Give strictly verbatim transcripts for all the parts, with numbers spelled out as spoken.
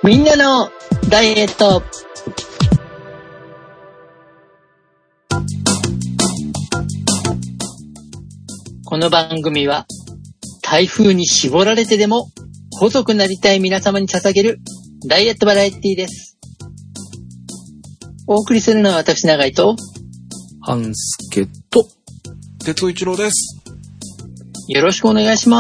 みんなのダイエット。この番組は台風に絞られてでも細くなりたい皆様に捧げるダイエットバラエティです。お送りするのは私永井と半助と哲夫一郎です。 よろしくお願いします。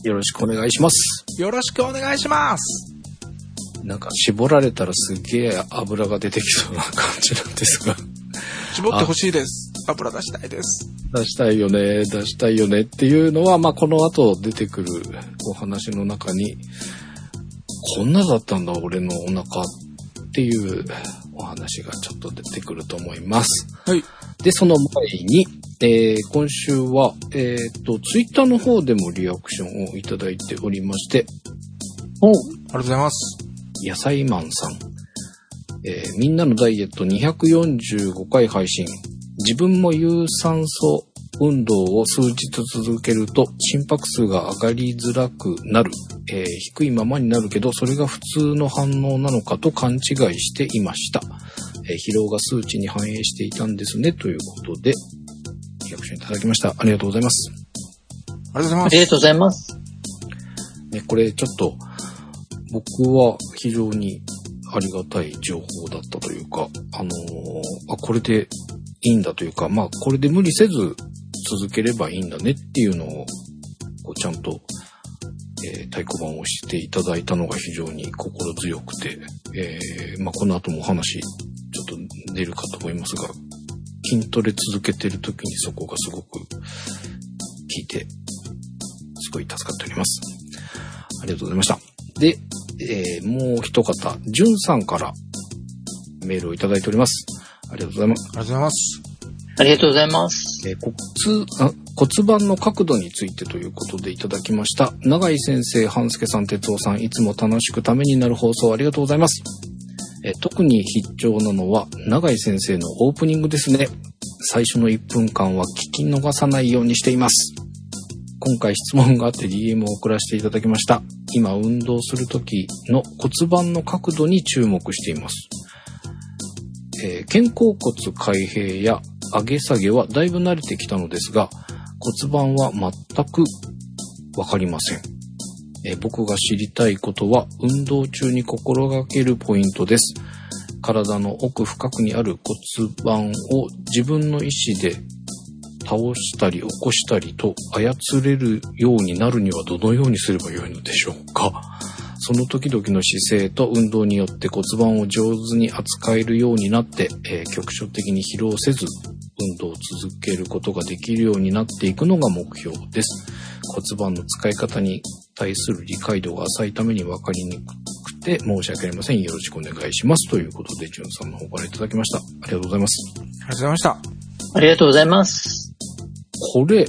よろしくお願いします。 よろしくお願いします。 なんか絞られたらすげえ油が出てきそうな感じなんですが絞ってほしいです。油出したいです。 出したいよね出したいよねっていうのは、まあこの後出てくるお話の中にこんなだったんだ俺のお腹っていうお話がちょっと出てくると思います。 はい。 でその前に、えー、今週はえっとツイッターの方でもリアクションをいただいておりまして、 お、 ありがとうございます。 野菜マンさん、えー、みんなのダイエットにひゃくよんじゅうごかい配信。自分も有酸素運動を数日続けると心拍数が上がりづらくなる、えー、低いままになるけどそれが普通の反応なのかと勘違いしていました。えー、疲労が数値に反映していたんですねということでリアクションいただきました。ありがとうございます。 ありがとうございます。 ありがとうございます。 ね、これちょっと僕は非常にありがたい情報だったというか、あのー、あ、これでいいんだというか、まあこれで無理せず続ければいいんだねっていうのをこうちゃんと、えー、太鼓判を押していただいたのが非常に心強くて、えー、まあこの後もお話ちょっと出るかと思いますが、筋トレ続けてる時にそこがすごく効いてすごい助かっております。ありがとうございました。で、えー、もう一方、じゅんさんからメールをいただいております。ありがとうございます。 ありがとうございます。 ありがとうございます。 えー、骨、あ、骨盤の角度についてということでいただきました。永井先生、半助さん、哲夫さん、いつも楽しくためになる放送ありがとうございます。えー、特に必聴なのは永井先生のオープニングですね。最初のいっぷんかんは聞き逃さないようにしています。今回質問があって ディーエム を送らせていただきました。今運動する時の骨盤の角度に注目しています。えー、肩甲骨開閉や上げ下げはだいぶ慣れてきたのですが、骨盤は全くわかりません。えー、僕が知りたいことは運動中に心がけるポイントです。体の奥深くにある骨盤を自分の意思で倒したり起こしたりと操れるようになるにはどのようにすればよいのでしょうか。その時々の姿勢と運動によって骨盤を上手に扱えるようになって、えー、局所的に疲労せず運動を続けることができるようになっていくのが目標です。骨盤の使い方に対する理解度が浅いために分かりにくくて申し訳ありません。よろしくお願いしますということでじゅんさんの方からいただきました。ありがとうございます。 ありがとうございました。 ありがとうございます。 これ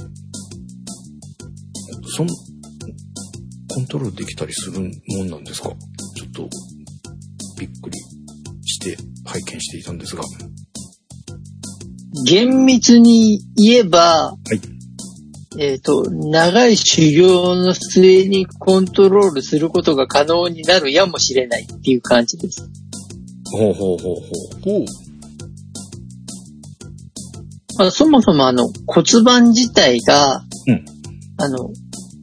そのコントロールできたりするもんなんですか？ちょっとびっくりして拝見していたんですが、 厳密に言えば、 はい、 えっと長い修行の末にコントロールすることが可能になるやもしれないっていう感じです。 ほうほうほうほうほう。 まあ、そもそもあの骨盤自体が、 うん、 あの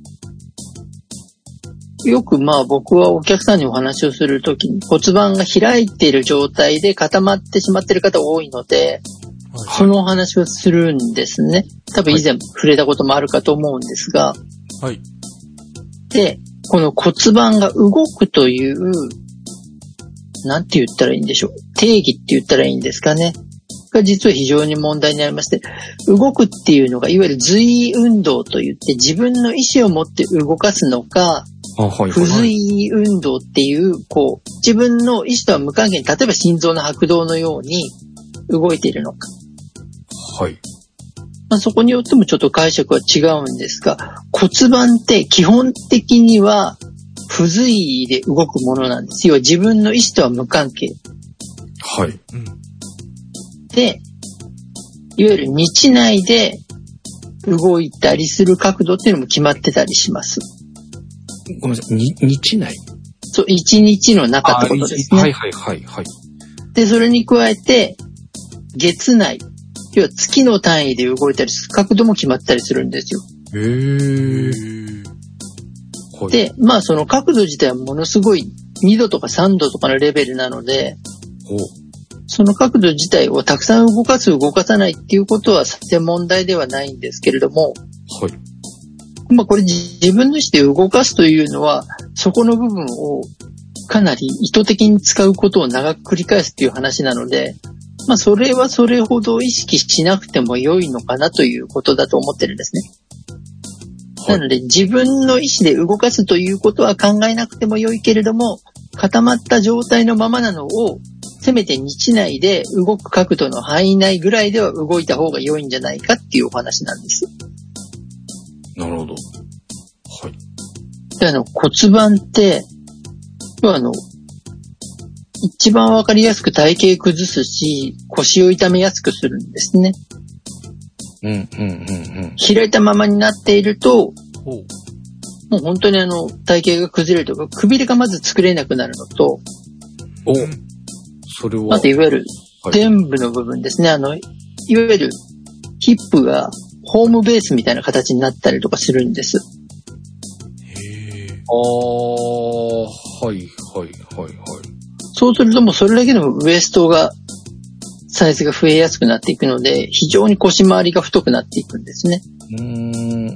よくまあ僕はお客さんにお話をするときに骨盤が開いている状態で固まってしまっている方多いので、はい、そのお話をするんですね。多分以前触れたこともあるかと思うんですが、 はい、 でこの骨盤が動くというなんて言ったらいいんでしょう、定義って言ったらいいんですかねが実は非常に問題になりまして、動くっていうのがいわゆる随意運動といって自分の意思を持って動かすのか、不随意運動っていう、こう、自分の意思とは無関係に、例えば心臓の拍動のように動いているのか。 はい。 まあ、そこによってもちょっと解釈は違うんですが、骨盤って基本的には不随意で動くものなんですよ。自分の意思とは無関係。 はい。 で、いわゆる日内で動いたりする角度っていうのも決まってたりします。 ごめんなさい、に日内。 そう、一日の中ってことですね。 はいはいはいはい。 で、それに加えて、月内、要は月の単位で動いたりする、角度も決まったりするんですよ。 へー。はい、 で、まあその角度自体はものすごいにどとかさんどとかのレベルなので、その角度自体をたくさん動かす動かさないっていうことはさて問題ではないんですけれども、 はい。 まあこれ自分の意思で動かすというのは、そこの部分をかなり意図的に使うことを長く繰り返すっていう話なので、まあそれはそれほど意識しなくても良いのかなということだと思ってるんですね。なので自分の意思で動かすということは考えなくても良いけれども、固まった状態のままなのを、せめて日内で動く角度の範囲内ぐらいでは動いた方が良いんじゃないかっていうお話なんです。 なるほど。はい。 で、あの骨盤って、あの、一番わかりやすく体型崩すし、腰を痛めやすくするんですね。 うんうんうんうん。 開いたままになっていると、もう本当にあの体型が崩れるとか、くびれがまず作れなくなるのと、 お、それは。 あといわゆる臀部の部分ですね。あの、いわゆるヒップがホームベースみたいな形になったりとかするんです。 へー。あー、はいはいはいはい。 そうするともうそれだけでもウエストが、サイズが増えやすくなっていくので、非常に腰回りが太くなっていくんですね。 うーん、うんうんうん。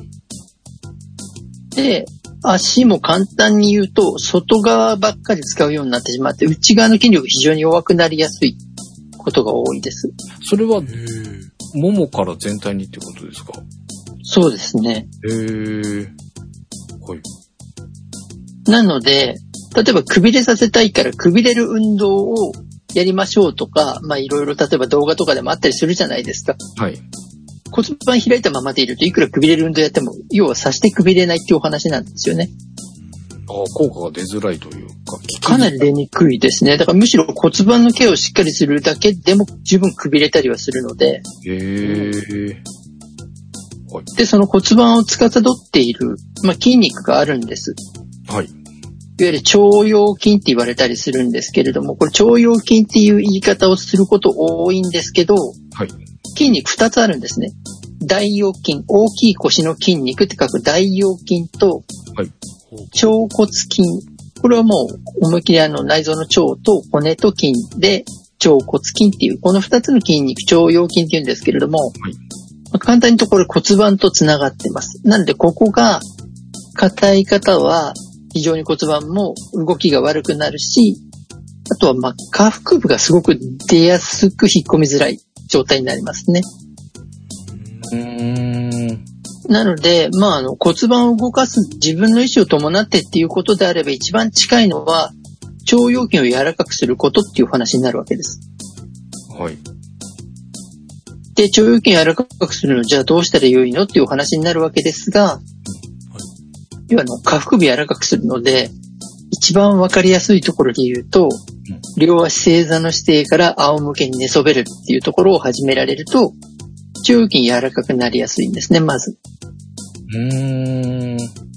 で、足も簡単に言うと、外側ばっかり使うようになってしまって、内側の筋力が非常に弱くなりやすいことが多いです。 それは、ももから全体にってことですか？ そうですね。 へー。はい。 なので、例えばくびれさせたいからくびれる運動をやりましょうとか、まあいろいろ例えば動画とかでもあったりするじゃないですか。 はい。 骨盤開いたままでいるといくらくびれる運動やっても、要はさしてくびれないっていうお話なんですよね。 ああ、効果が出づらいというか。 かなり出にくいですね。だからむしろ骨盤のケアをしっかりするだけでも十分くびれたりはするので。 へー。はい。 で、その骨盤を司っている、まあ、筋肉があるんです。 はい。 いわゆる腸腰筋って言われたりするんですけれども、これ腸腰筋っていう言い方をすること多いんですけど、 はい。 筋肉ふたつあるんですね。大腰筋、大きい腰の筋肉って書く大腰筋と、 はい。 腸骨筋。これはもう思いっきりあの内臓の腸と骨と筋で腸骨筋っていう、このふたつの筋肉、腸腰筋って言うんですけれども、はい。まあ、簡単に言うとこれ骨盤とつながってます。なのでここが硬い方は非常に骨盤も動きが悪くなるし、あとはまあ下腹部がすごく出やすく引っ込みづらい状態になりますね。 うーん。 なので、まあ、あの骨盤を動かす自分の意思を伴ってっていうことであれば一番近いのは腸腰筋を柔らかくすることっていう話になるわけです。 はい。 で、腸腰筋を柔らかくするのじゃあどうしたらよいのっていうお話になるわけですが、はい、要はあの下腹部柔らかくするので一番わかりやすいところで言うと、うん、両足正座の姿勢から仰向けに寝そべるっていうところを始められると腸腰筋柔らかくなりやすいんですね、まず。 うーん。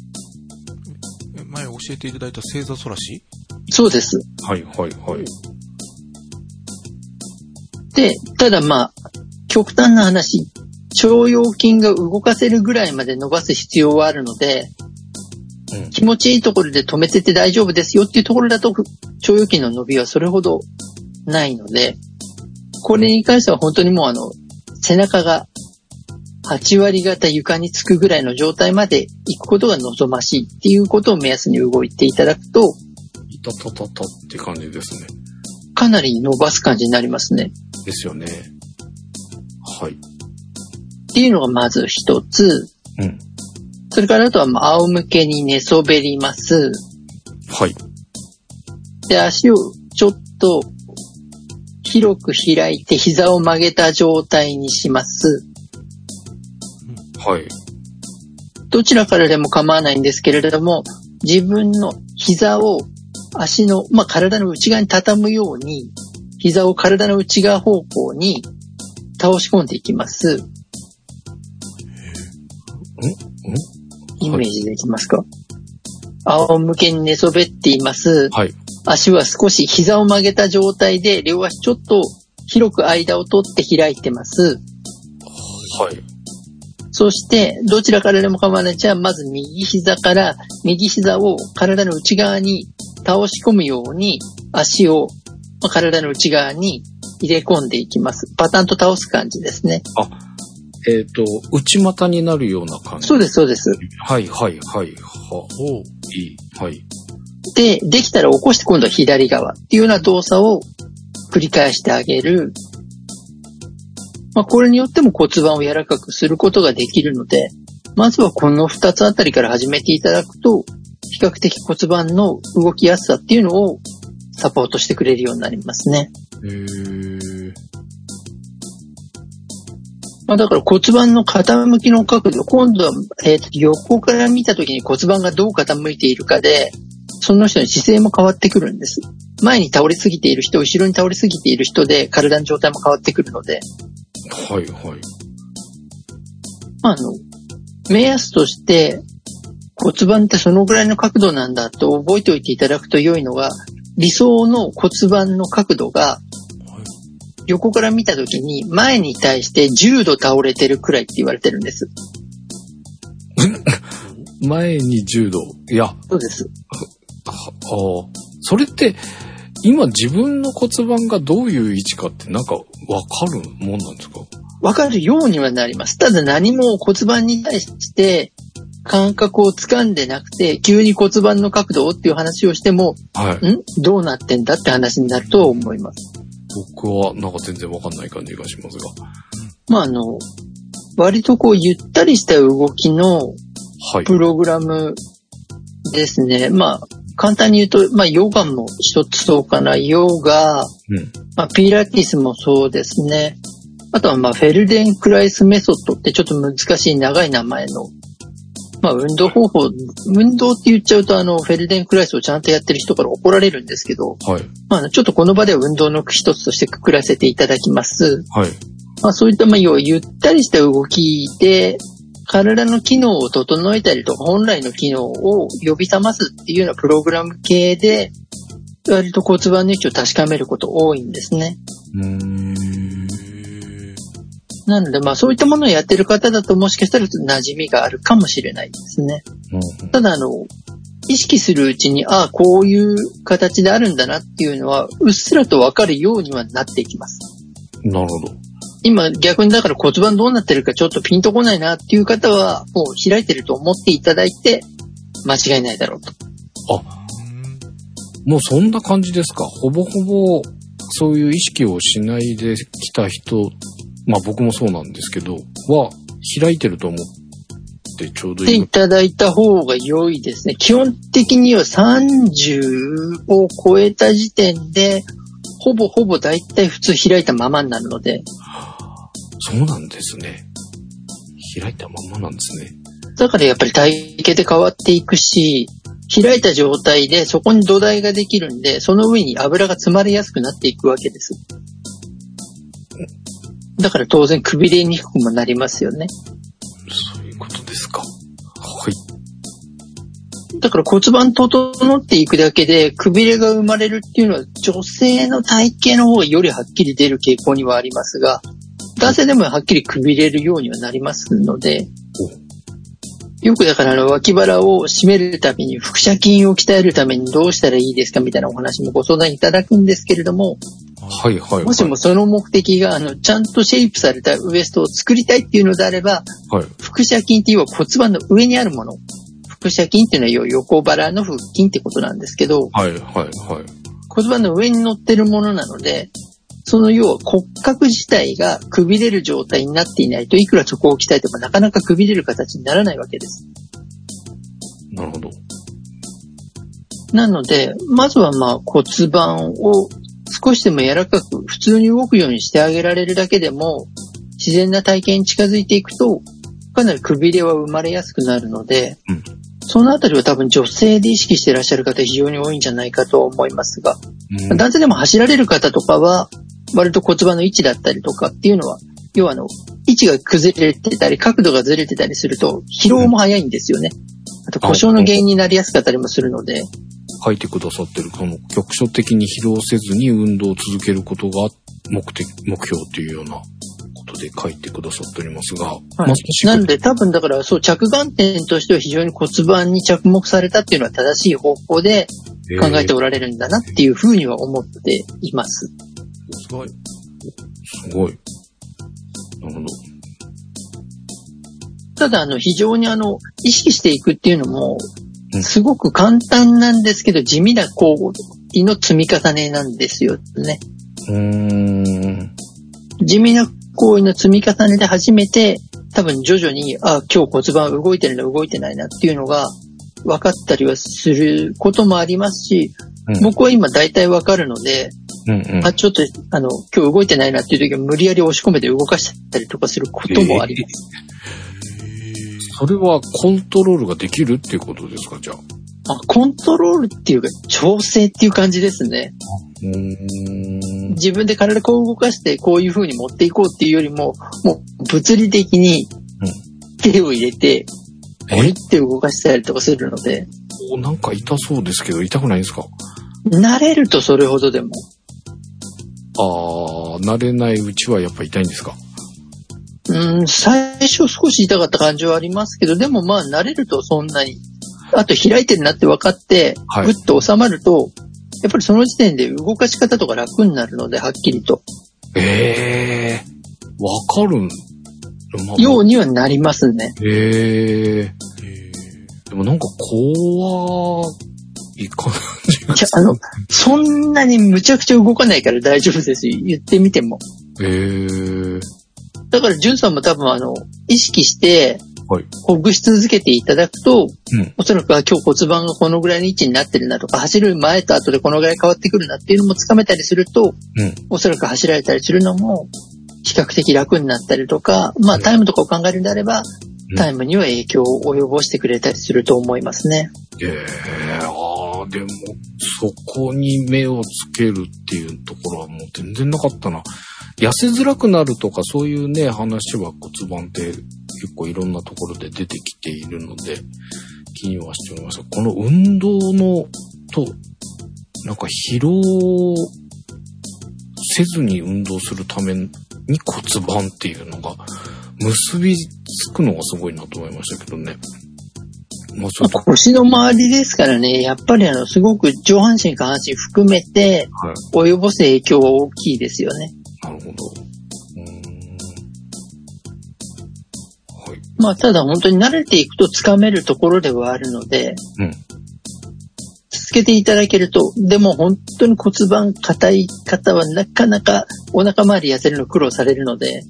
前教えていただいた正座反らし？ そうです。 はいはいはい。 で、ただまあ、極端な話、腸腰筋が動かせるぐらいまで伸ばす必要はあるので、うん、気持ちいいところで止めてて大丈夫ですよっていうところだと、腸腰筋の伸びはそれほどないので、これに関しては本当にもうあの、背中がはちわり方床につくぐらいの状態まで行くことが望ましいっていうことを目安に動いていただくと、 いたたたたって感じですね。 かなり伸ばす感じになりますね。 ですよね。はい。 っていうのがまず一つ。 うん。 それからあとは仰向けに寝そべります。 はい。 で、足をちょっと広く開いて膝を曲げた状態にします。 はい。 どちらからでも構わないんですけれども、自分の膝を足の、まあ、体の内側に畳むように、膝を体の内側方向に倒し込んでいきます。ん？ん？イメージできますか？ 仰向けに寝そべっています。 はい。 足は少し膝を曲げた状態で、両足ちょっと広く間を取って開いてます。 はい。 そして、どちらからでも構わない。じゃあ、まず右膝から、右膝を体の内側に倒し込むように、足を体の内側に入れ込んでいきます。パタンと倒す感じですね。 あ、えっと、内股になるような感じ。 そうです、そうです。 はいはいはい。は、おいい。はい。 で、できたら起こして今度は左側っていうような動作を繰り返してあげる。まあ、これによっても骨盤を柔らかくすることができるので、まずはこの二つあたりから始めていただくと、比較的骨盤の動きやすさっていうのをサポートしてくれるようになりますね。 へー。 まあ、だから骨盤の傾きの角度、今度は、えーと、横から見たときに骨盤がどう傾いているかで、その人の姿勢も変わってくるんです。前に倒れすぎている人、後ろに倒れすぎている人で体の状態も変わってくるので、 はいはい。 あの、目安として骨盤ってそのぐらいの角度なんだと覚えておいていただくと良いのが、理想の骨盤の角度が横から見たときに前に対してじゅうど倒れてるくらいって言われてるんです。 前にじゅうど。いや。 そうです。 ああ、それって今自分の骨盤がどういう位置かってなんかわかるもんなんですか？ わかるようにはなります。ただ何も骨盤に対して感覚をつかんでなくて、急に骨盤の角度っていう話をしても、はい、んどうなってんだって話になると思います。 僕はなんか全然わかんない感じがしますが。 まああの、割とこうゆったりした動きのプログラムですね。はい、まあ簡単に言うと、まあ、ヨガも一つそうかな。ヨガ、うん、まあ、ピラティスもそうですね。あとは、まあ、フェルデンクライスメソッドってちょっと難しい長い名前の、まあ、運動方法、運動って言っちゃうと、あの、フェルデンクライスをちゃんとやってる人から怒られるんですけど、はい、まあ、ちょっとこの場では運動の一つとしてくくらせていただきます。はい、まあ、そういった、まあ、要はゆったりした動きで、体の機能を整えたりとか本来の機能を呼び覚ますっていうようなプログラム系で割と骨盤の位置を確かめること多いんですね。うーん。なのでまあそういったものをやってる方だともしかしたら馴染みがあるかもしれないですね。うん、ただあの意識するうちにああこういう形であるんだなっていうのはうっすらと分かるようにはなっていきます。 なるほど。 今逆にだから骨盤どうなってるかちょっとピンとこないなっていう方はもう開いてると思っていただいて間違いないだろうと。 あ、もうそんな感じですか。ほぼほぼそういう意識をしないで来た人、まあ僕もそうなんですけどは開いてると思ってちょうどいい。 していただいた方が良いですね。基本的にはさんじゅうを超えた時点でほぼほぼだいたい普通開いたままになるので。 そうなんですね。開いたままなんですね。 だからやっぱり体型で変わっていくし、開いた状態でそこに土台ができるんで、その上に油が積まれやすくなっていくわけです。だから当然くびれにくくもなりますよね。 そういうことですか。はい。 だから骨盤整っていくだけでくびれが生まれるっていうのは女性の体型の方がよりはっきり出る傾向にはありますが、男性でもはっきりくびれるようにはなりますので、よくだからあの脇腹を締めるために腹斜筋を鍛えるためにどうしたらいいですかみたいなお話もご相談いただくんですけれども、 はいはいはい、 もしもその目的があのちゃんとシェイプされたウエストを作りたいっていうのであれば、はい、腹斜筋っていうのは骨盤の上にあるもの。腹斜筋っていうのは横腹の腹筋ってことなんですけど、 はいはいはい、 骨盤の上に乗ってるものなので、その要は骨格自体がくびれる状態になっていないといくらそこを鍛えてもなかなかくびれる形にならないわけです。 なるほど。 なので、まずはまあ骨盤を少しでも柔らかく普通に動くようにしてあげられるだけでも自然な体型に近づいていくとかなりくびれは生まれやすくなるので、うん、そのあたりは多分女性で意識していらっしゃる方非常に多いんじゃないかと思いますが、うん、男性でも走られる方とかは割と骨盤の位置だったりとかっていうのは、要はあの、位置が崩れてたり、角度がずれてたりすると、疲労も早いんですよね。 あと故障の原因になりやすかったりもするので。 書いてくださってる、その局所的に疲労せずに運動を続けることが目的、目標というようなことで書いてくださっておりますが。はい、 まあ、なので多分だからそう着眼点としては非常に骨盤に着目されたっていうのは正しい方向で考えておられるんだなっていうふうには思っています。 すごい。 すごい。なるほど。 ただあの非常にあの意識していくっていうのもすごく簡単なんですけど、地味な行為の積み重ねなんですよね。 うーん。 地味な行為の積み重ねで初めて、多分徐々に、あ、今日骨盤動いてるな、動いてないなっていうのが分かったりはすることもありますし、うん、僕は今大体分かるので、うんうん、あ、ちょっと、あの、今日動いてないなっていう時は無理やり押し込めて動かしたりとかすることもあります。 それはコントロールができるっていうことですか、じゃあ。 あ、コントロールっていうか調整っていう感じですね。 うーん、 自分で体こう動かしてこういう風に持っていこうっていうよりも、もう物理的に手を入れて、あれって動かしたりとかするので。 お、なんか痛そうですけど痛くないですか？ 慣れるとそれほどでも。 ああ、慣れないうちはやっぱ痛いんですか？ うん、最初少し痛かった感じはありますけど、でもまあ慣れるとそんなに。あと開いてるなって分かって、ぐっと収まると、やっぱりその時点で動かし方とか楽になるので、はっきりと。 ええー、わかるん、 まあ、ようにはなりますね。 ええー。でもなんか怖い感じがする。いや、 あの、そんなにむちゃくちゃ動かないから大丈夫ですよ。言ってみても。 ええー。 だから、ジュンさんも多分あの、意識して、 はい、 ほぐし続けていただくと、 うん、 おそらくは今日骨盤がこのぐらいの位置になってるなとか、走る前と後でこのぐらい変わってくるなっていうのもつかめたりすると、 うん、 おそらく走られたりするのも比較的楽になったりとか、まあタイムとかを考えるんであれば、うん、タイムには影響を及ぼしてくれたりすると思いますね。 ええー、ああ、でもそこに目をつけるっていうところはもう全然なかったな。痩せづらくなるとかそういうね話は骨盤って結構いろんなところで出てきているので気にはしておりますが、この運動のとなんか疲労せずに運動するために骨盤っていうのが結びつくのがすごいなと思いましたけどね。 まあ、腰の周りですからね、やっぱりあのすごく上半身下半身含めて及ぼす影響は大きいですよね。 なるほど。うーん、はい。 まあただ本当に慣れていくとつかめるところではあるので、 うん、 続けていただけると、でも本当に骨盤硬い方はなかなかお腹周り痩せるの苦労されるので。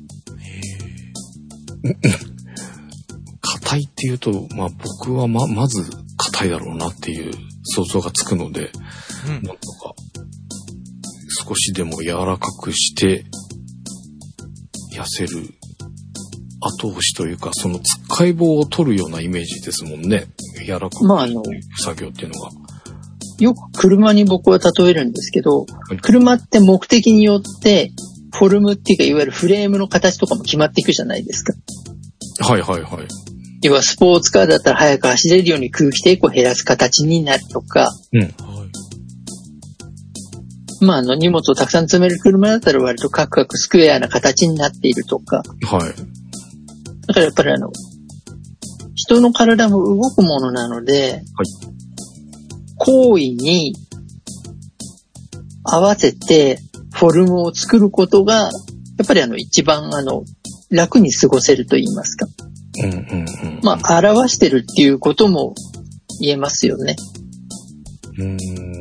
硬いっていうと、まあ僕はままず硬いだろうなっていう想像がつくので、うん、なんとか。少しでも柔らかくして痩せる後押しというか、そのつっかい棒を取るようなイメージですもんね。柔らかく作業っていうのが、まあ、あのよく車に僕は例えるんですけど、はい、車って目的によってフォルムっていうか、いわゆるフレームの形とかも決まっていくじゃないですか。 はいはいはい。 要はスポーツカーだったら早く走れるように空気抵抗を減らす形になるとか、 うん、 まあ、あの、荷物をたくさん積める車だったら割とカクカクスクエアな形になっているとか。 はい。 だからやっぱりあの、人の体も動くものなので、はい、行為に合わせてフォルムを作ることが、やっぱりあの、一番あの、楽に過ごせると言いますか。 うんうんうん。 まあ、表してるっていうことも言えますよね。 うーん。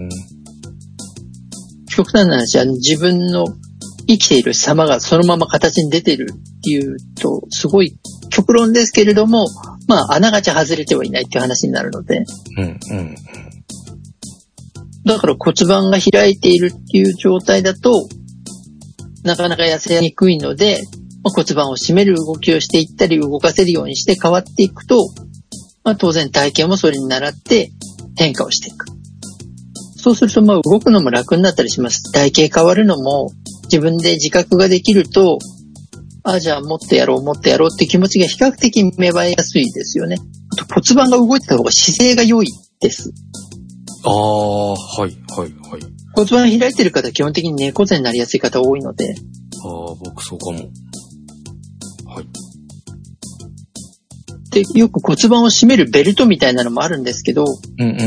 極端な話は自分の生きている様がそのまま形に出てるっていうと、すごい極論ですけれども、まあ、あながち外れてはいないっていう話になるので。 うんうん。 だから骨盤が開いているっていう状態だと、なかなか痩せにくいので、まあ、骨盤を締める動きをしていったり動かせるようにして変わっていくと、まあ、当然体型もそれに倣って変化をしていく。そうするとまあ動くのも楽になったりします。体型変わるのも自分で自覚ができると、 あ、じゃあもっとやろう、もっとやろうって気持ちが比較的芽生えやすいですよね。あと骨盤が動いてた方が姿勢が良いです。 ああ、はい、はい、はい。 骨盤開いてる方は基本的に猫背になりやすい方多いので。 ああ、僕そうかも。はい。 で、よく骨盤を締めるベルトみたいなのもあるんですけど、 うんうんうんうんうん。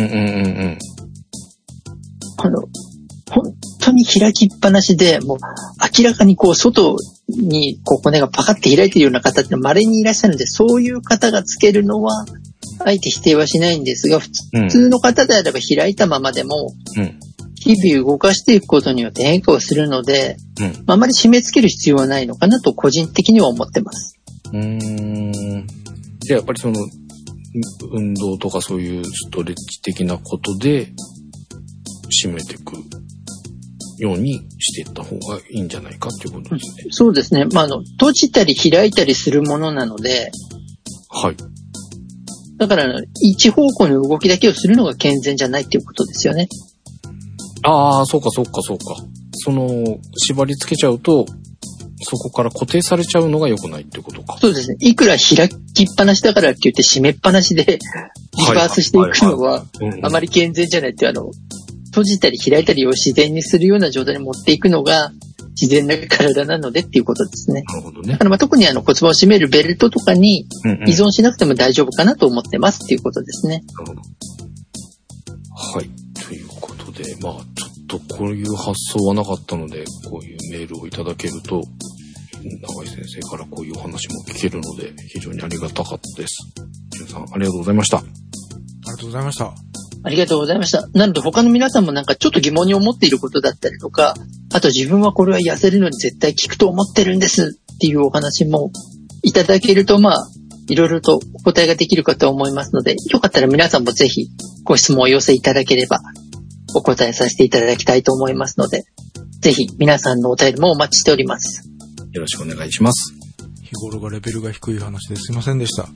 あの、本当に開きっぱなしで、もう明らかにこう外にこう骨がパカッて開いてるような方って稀にいらっしゃるので、そういう方がつけるのは、あえて否定はしないんですが、普通の方であれば開いたままでも、日々動かしていくことによって変化をするので、うん、あまり締め付ける必要はないのかなと個人的には思ってます。 うーん。で、やっぱりその、運動とかそういうストレッチ的なことで、締めていくようにしていった方がいいんじゃないかっていうことですね。 そうですね。まあ、あの、閉じたり開いたりするものなので、 はい。 だから、一方向の動きだけをするのが健全じゃないっていうことですよね。 ああ、そうかそうかそうか。その、縛り付けちゃうと、そこから固定されちゃうのが良くないってことか。 そうですね。いくら開きっぱなしだからって言って閉めっぱなしでリバースしていくのは、あまり健全じゃないっていう、あの、閉じたり開いたりを自然にするような状態に持っていくのが自然な体なのでっていうことですね。 なるほどね。 だからまあ特にあの骨盤を締めるベルトとかに依存しなくても大丈夫かなと思ってますっていうことですね。 なるほど。はい。ということで、まあちょっとこういう発想はなかったので、こういうメールをいただけると、永井先生からこういうお話も聞けるので、非常にありがたかったです。皆さんありがとうございました。ありがとうございました。 ありがとうございました。なので他の皆さんもなんかちょっと疑問に思っていることだったりとか、あと自分はこれは痩せるのに絶対効くと思ってるんですっていうお話もいただけると、まあ、いろいろとお答えができるかと思いますので、よかったら皆さんもぜひご質問をお寄せいただければお答えさせていただきたいと思いますので、ぜひ皆さんのお便りもお待ちしております。 よろしくお願いします。 日頃がレベルが低い話ですいませんでした。あ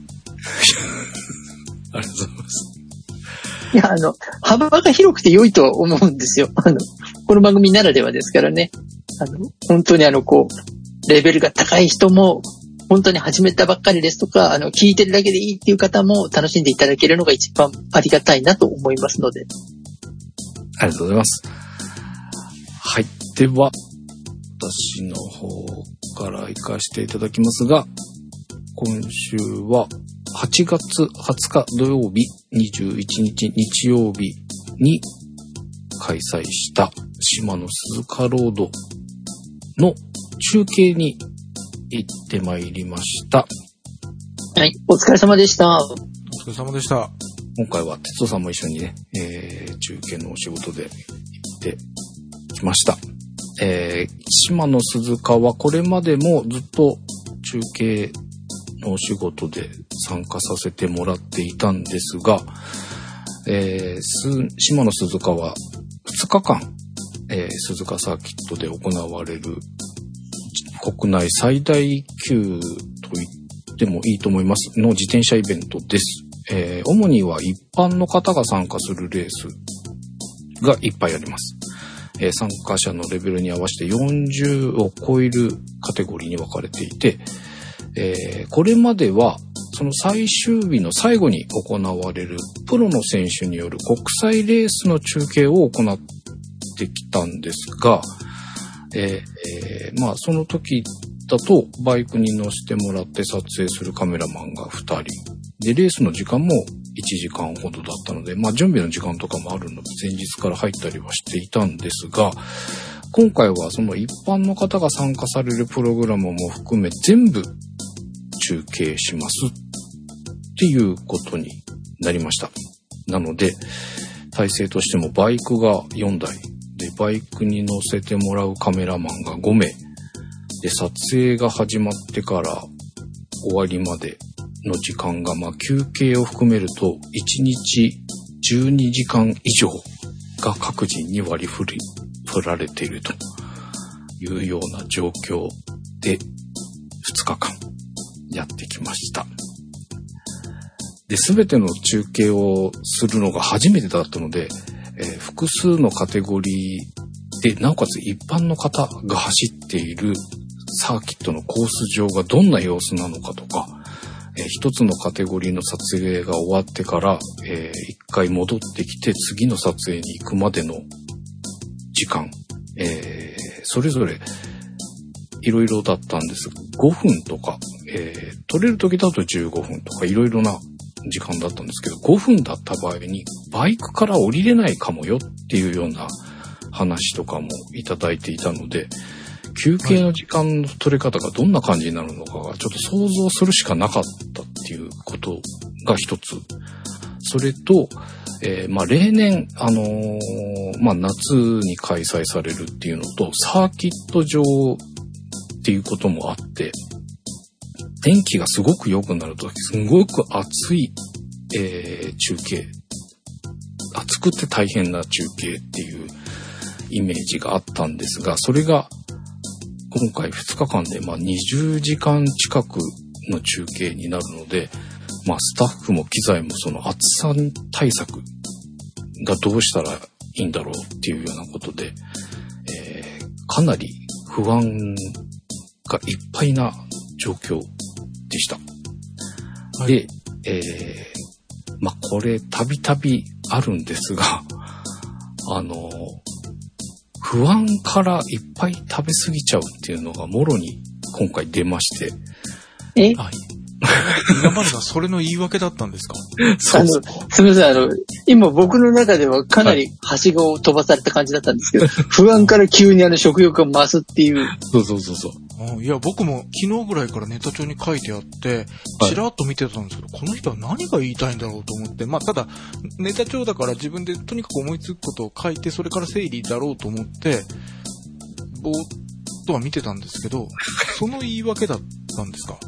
りがとうございます。 いや、あの、幅が広くて良いと思うんですよ。あの、この番組ならではですからね。あの、本当にあの、こう、レベルが高い人も、本当に始めたばっかりですとか、あの、聞いてるだけでいいっていう方も楽しんでいただけるのが一番ありがたいなと思いますので。 ありがとうございます。はい。では、私の方から行かせていただきますが、今週ははちがつはつか土曜日、にじゅういちにち日曜日に開催した島の鈴鹿ロードの中継に行ってまいりました。 はい、お疲れ様でした。 お疲れ様でした。 今回は哲夫さんも一緒にね、えー、中継のお仕事で行ってきました。えー、島の鈴鹿はこれまでもずっと中継のお仕事で参加させてもらっていたんですが、えー、島の鈴鹿はふつかかん、えー、鈴鹿サーキットで行われる国内最大級と言ってもいいと思いますの自転車イベントです。えー、主には一般の方が参加するレースがいっぱいあります。えー、参加者のレベルに合わせてよんじゅうを超えるカテゴリーに分かれていて、えー、これまではその最終日の最後に行われるプロの選手による国際レースの中継を行ってきたんですが、えーえー、まあその時だとバイクに乗せてもらって撮影するカメラマンがふたりで、レースの時間もいちじかんほどだったので、まあ準備の時間とかもあるので前日から入ったりはしていたんですが、今回はその一般の方が参加されるプログラムも含め全部中継しますっていうことになりました。なので体制としてもバイクがよんだいで、バイクに乗せてもらうカメラマンがごめいで、撮影が始まってから終わりまでの時間が、まあ休憩を含めるといちにちじゅうにじかん以上が各人に割り振り振られているというような状況でふつかかんやってきました。で、すべての中継をするのが初めてだったので、えー、複数のカテゴリーで、なおかつ一般の方が走っているサーキットのコース上がどんな様子なのかとか、えー、一つのカテゴリーの撮影が終わってから、えー、一回戻ってきて次の撮影に行くまでの時間、えー、それぞれいろいろだったんですが、ごふんとか、えー、撮れる時だとじゅうごふんとかいろいろな時間だったんですけど、ごふんだった場合にバイクから降りれないかもよっていうような話とかもいただいていたので、休憩の時間の取れ方がどんな感じになるのかがちょっと想像するしかなかったっていうことが一つ。それと、えー、まあ例年、あのー、まあ夏に開催されるっていうのと、サーキット場っていうこともあって、天気がすごく良くなると、すごく暑い、えー、中継。暑くて大変な中継っていうイメージがあったんですが、それが今回ふつかかんでまあにじゅうじかん近くの中継になるので、まあスタッフも機材もその暑さ対策がどうしたらいいんだろうっていうようなことで、えー、かなり不安がいっぱいな状況でした。はい、で、えー、まあこれたびたびあるんですが、あの不安からいっぱい食べ過ぎちゃうっていうのがもろに今回出まして。 え？ はい。今までがそれの言い訳だったんですか？ そうそう。あの、すみません、あの、今僕の中ではかなりはしごを飛ばされた感じだったんですけど、はい、不安から急にあの食欲が増すっていう。 そうそうそうそう。 いや、僕も昨日ぐらいからネタ帳に書いてあって、ちらっと見てたんですけど、はい、この人は何が言いたいんだろうと思って、まあ、ただ、ネタ帳だから自分でとにかく思いつくことを書いて、それから整理だろうと思って、ぼーっとは見てたんですけど、その言い訳だったんですか？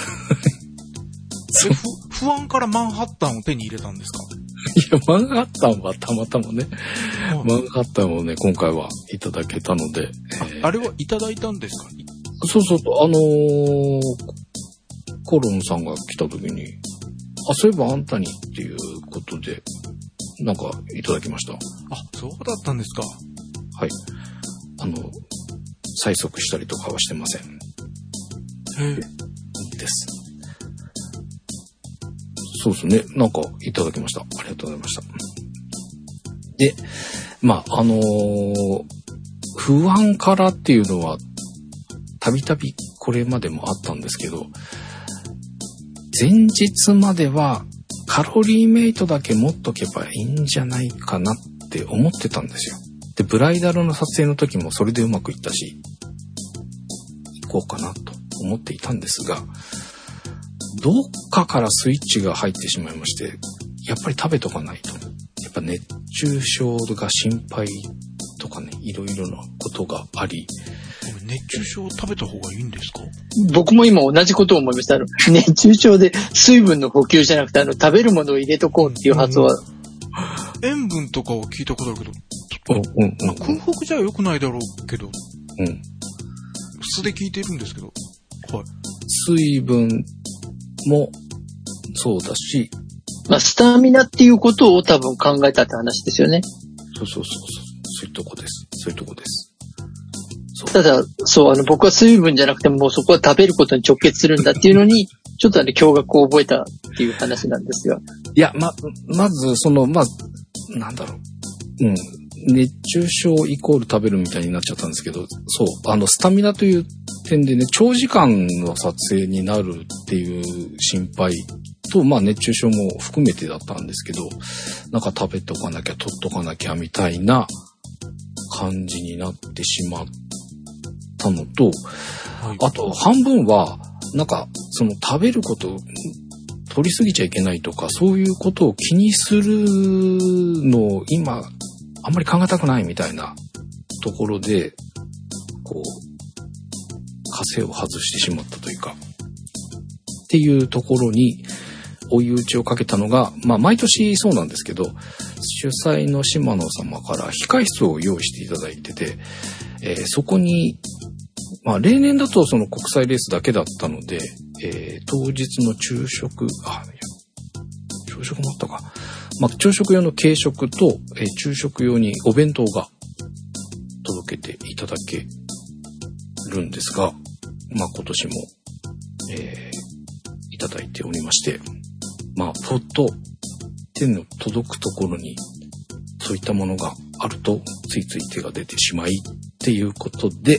え、不安からマンハッタンを手に入れたんですか？ いや、マンハッタンはたまたまね、マンハッタンをね、今回はいただけたので。 あ、えー、あれはいただいたんですか？ そうそう、あのー、コロンさんが来た時に、あ、そういえばあんたにっていうことで、なんかいただきました。 あ、そうだったんですか。 はい。あの、催促したりとかはしてません。 へえ。 です。そうですね。なんかいただきました。ありがとうございました。で、まあ、あのー、不安からっていうのは、たびたびこれまでもあったんですけど、前日まではカロリーメイトだけ持っとけばいいんじゃないかなって思ってたんですよ。で、ブライダルの撮影の時もそれでうまくいったし、行こうかなと思っていたんですが、どっかからスイッチが入ってしまいまして、やっぱり食べとかないと。やっぱ熱中症が心配とかね、いろいろなことがあり、 熱中症を食べた方がいいんですか？ 僕も今同じことを思いました。あの熱中症で水分の補給じゃなくて、あの食べるものを入れとこうっていう発想は、 うん、塩分とかは聞いたことあるけど、 うんうんうん、 空腹じゃ良くないだろうけど、 うん、 素で聞いてるんですけど、はい、 水分もそうだし、 まあスタミナっていうことを多分考えたって話ですよね。 そうそうそうそう、そういうとこです。そういうとこです。 ただ、そう、あの、僕は水分じゃなくてもうそこは食べることに直結するんだっていうのに、ちょっとあの、驚愕を覚えたっていう話なんですが。 いや、ま、まず、その、まあ、なんだろう。うん。熱中症イコール食べるみたいになっちゃったんですけど、そう、あの、スタミナという点でね、長時間の撮影になるっていう心配と、まあ、熱中症も含めてだったんですけど、なんか食べとかなきゃ、取っとかなきゃみたいな感じになってしまって、のと、はい、あと半分はなんかその食べること取りすぎちゃいけないとかそういうことを気にするのを今あんまり考えたくないみたいなところでこう枷を外してしまったというかっていうところに追い打ちをかけたのが、まあ毎年そうなんですけど、主催の島野様から控室を用意していただいてて、えー、そこにまあ例年だとその国際レースだけだったので、えー、当日の昼食、あ、朝食もあったか。まあ朝食用の軽食と、えー、昼食用にお弁当が届けていただけるんですが、 まあ今年も、えー、いただいておりまして、まあポッと手の届くところにそういったものがあるとついつい手が出てしまいっていうことで、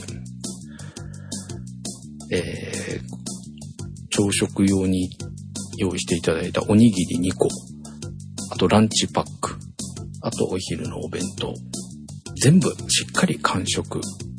えー、朝食用に用意していただいたおにぎりにこ、あとランチパック、あとお昼のお弁当、全部しっかり完食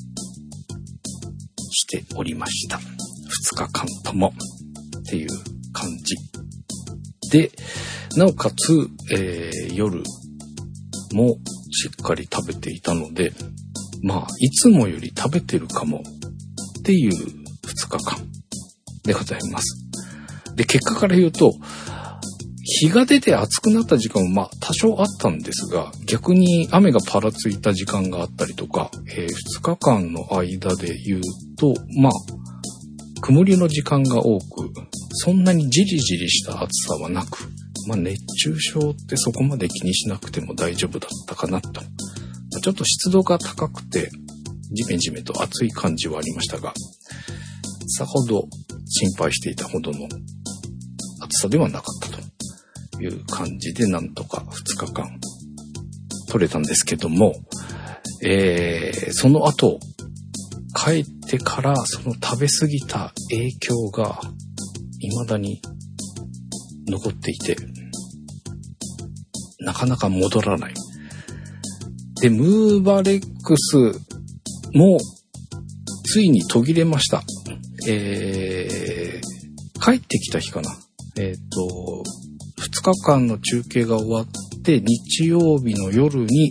しておりました。ふつかかんともっていう感じで、なおかつ、えー、夜もしっかり食べていたので、まあいつもより食べてるかもっていうふつかかんでございます。で、結果から言うと、日が出て暑くなった時間もまあ多少あったんですが、逆に雨がパラついた時間があったりとか、えー、ふつかかんの間で言うと、まあ曇りの時間が多く、そんなにじりじりした暑さはなく、まあ熱中症ってそこまで気にしなくても大丈夫だったかなと。ちょっと湿度が高くて、ジメジメと暑い感じはありましたが、さほど心配していたほどの暑さではなかったという感じで、なんとかふつかかん取れたんですけども、えー、その後帰ってからその食べ過ぎた影響が未だに残っていて、なかなか戻らない。で、ムーバレックスもついに途切れました。えー、帰ってきた日かな。えっと、ふつかかんの中継が終わって日曜日の夜に、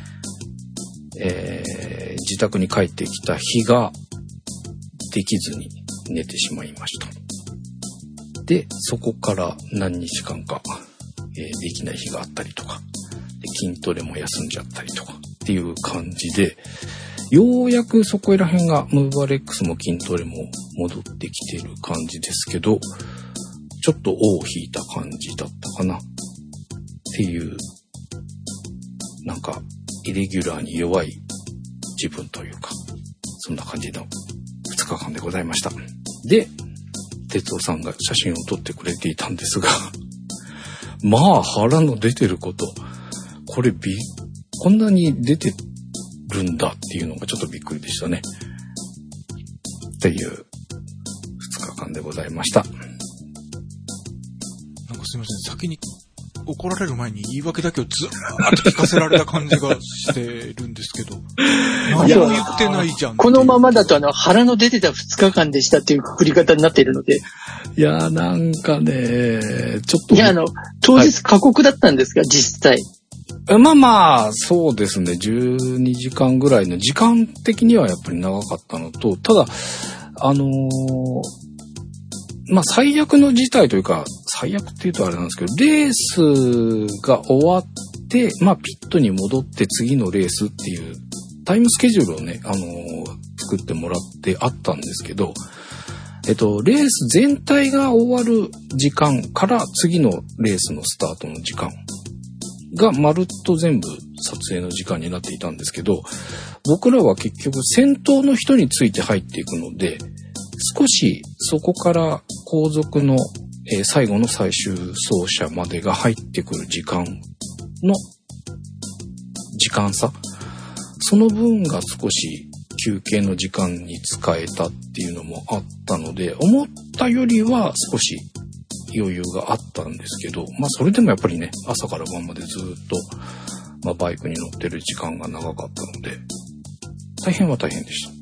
えー、自宅に帰ってきた日ができずに寝てしまいました。で、そこから何日間か、えー、できない日があったりとか、で筋トレも休んじゃったりとかっていう感じで、ようやくそこら辺がムーバレックスも筋トレも戻ってきている感じですけど、ちょっと尾を引いた感じだったかなっていう、なんかイレギュラーに弱い自分というか、そんな感じのふつかかんでございました。で、哲夫さんが写真を撮ってくれていたんですが、まあ腹の出てること、これびこんなに出てるんだっていうのがちょっとびっくりでしたね。っていうふつかかんでございました。 なんかすいません、先に怒られる前に言い訳だけをずーっと聞かせられた感じがしてるんですけど、何も言ってないじゃん。 このままだとあの腹の出てたふつかかんでしたっていうくくり方になっているので。 いやーなんかね、ちょっと。 いやあの、当日過酷だったんですが、はい、実際。 まあまあ、そうですね。じゅうにじかんぐらいの時間的にはやっぱり長かったのと、ただ、あのー、まあ最悪の事態というか、最悪って言うとあれなんですけど、レースが終わって、まあピットに戻って次のレースっていうタイムスケジュールをね、あのー、作ってもらってあったんですけど、えっと、レース全体が終わる時間から次のレースのスタートの時間がまるっと全部撮影の時間になっていたんですけど、僕らは結局先頭の人について入っていくので、少しそこから後続の、えー、最後の最終走者までが入ってくる時間の時間差、その分が少し休憩の時間に使えたっていうのもあったので、思ったよりは少し余裕があったんですけど、まあそれでもやっぱりね、朝から晩までずっと、まあ、バイクに乗ってる時間が長かったので、大変は大変でした。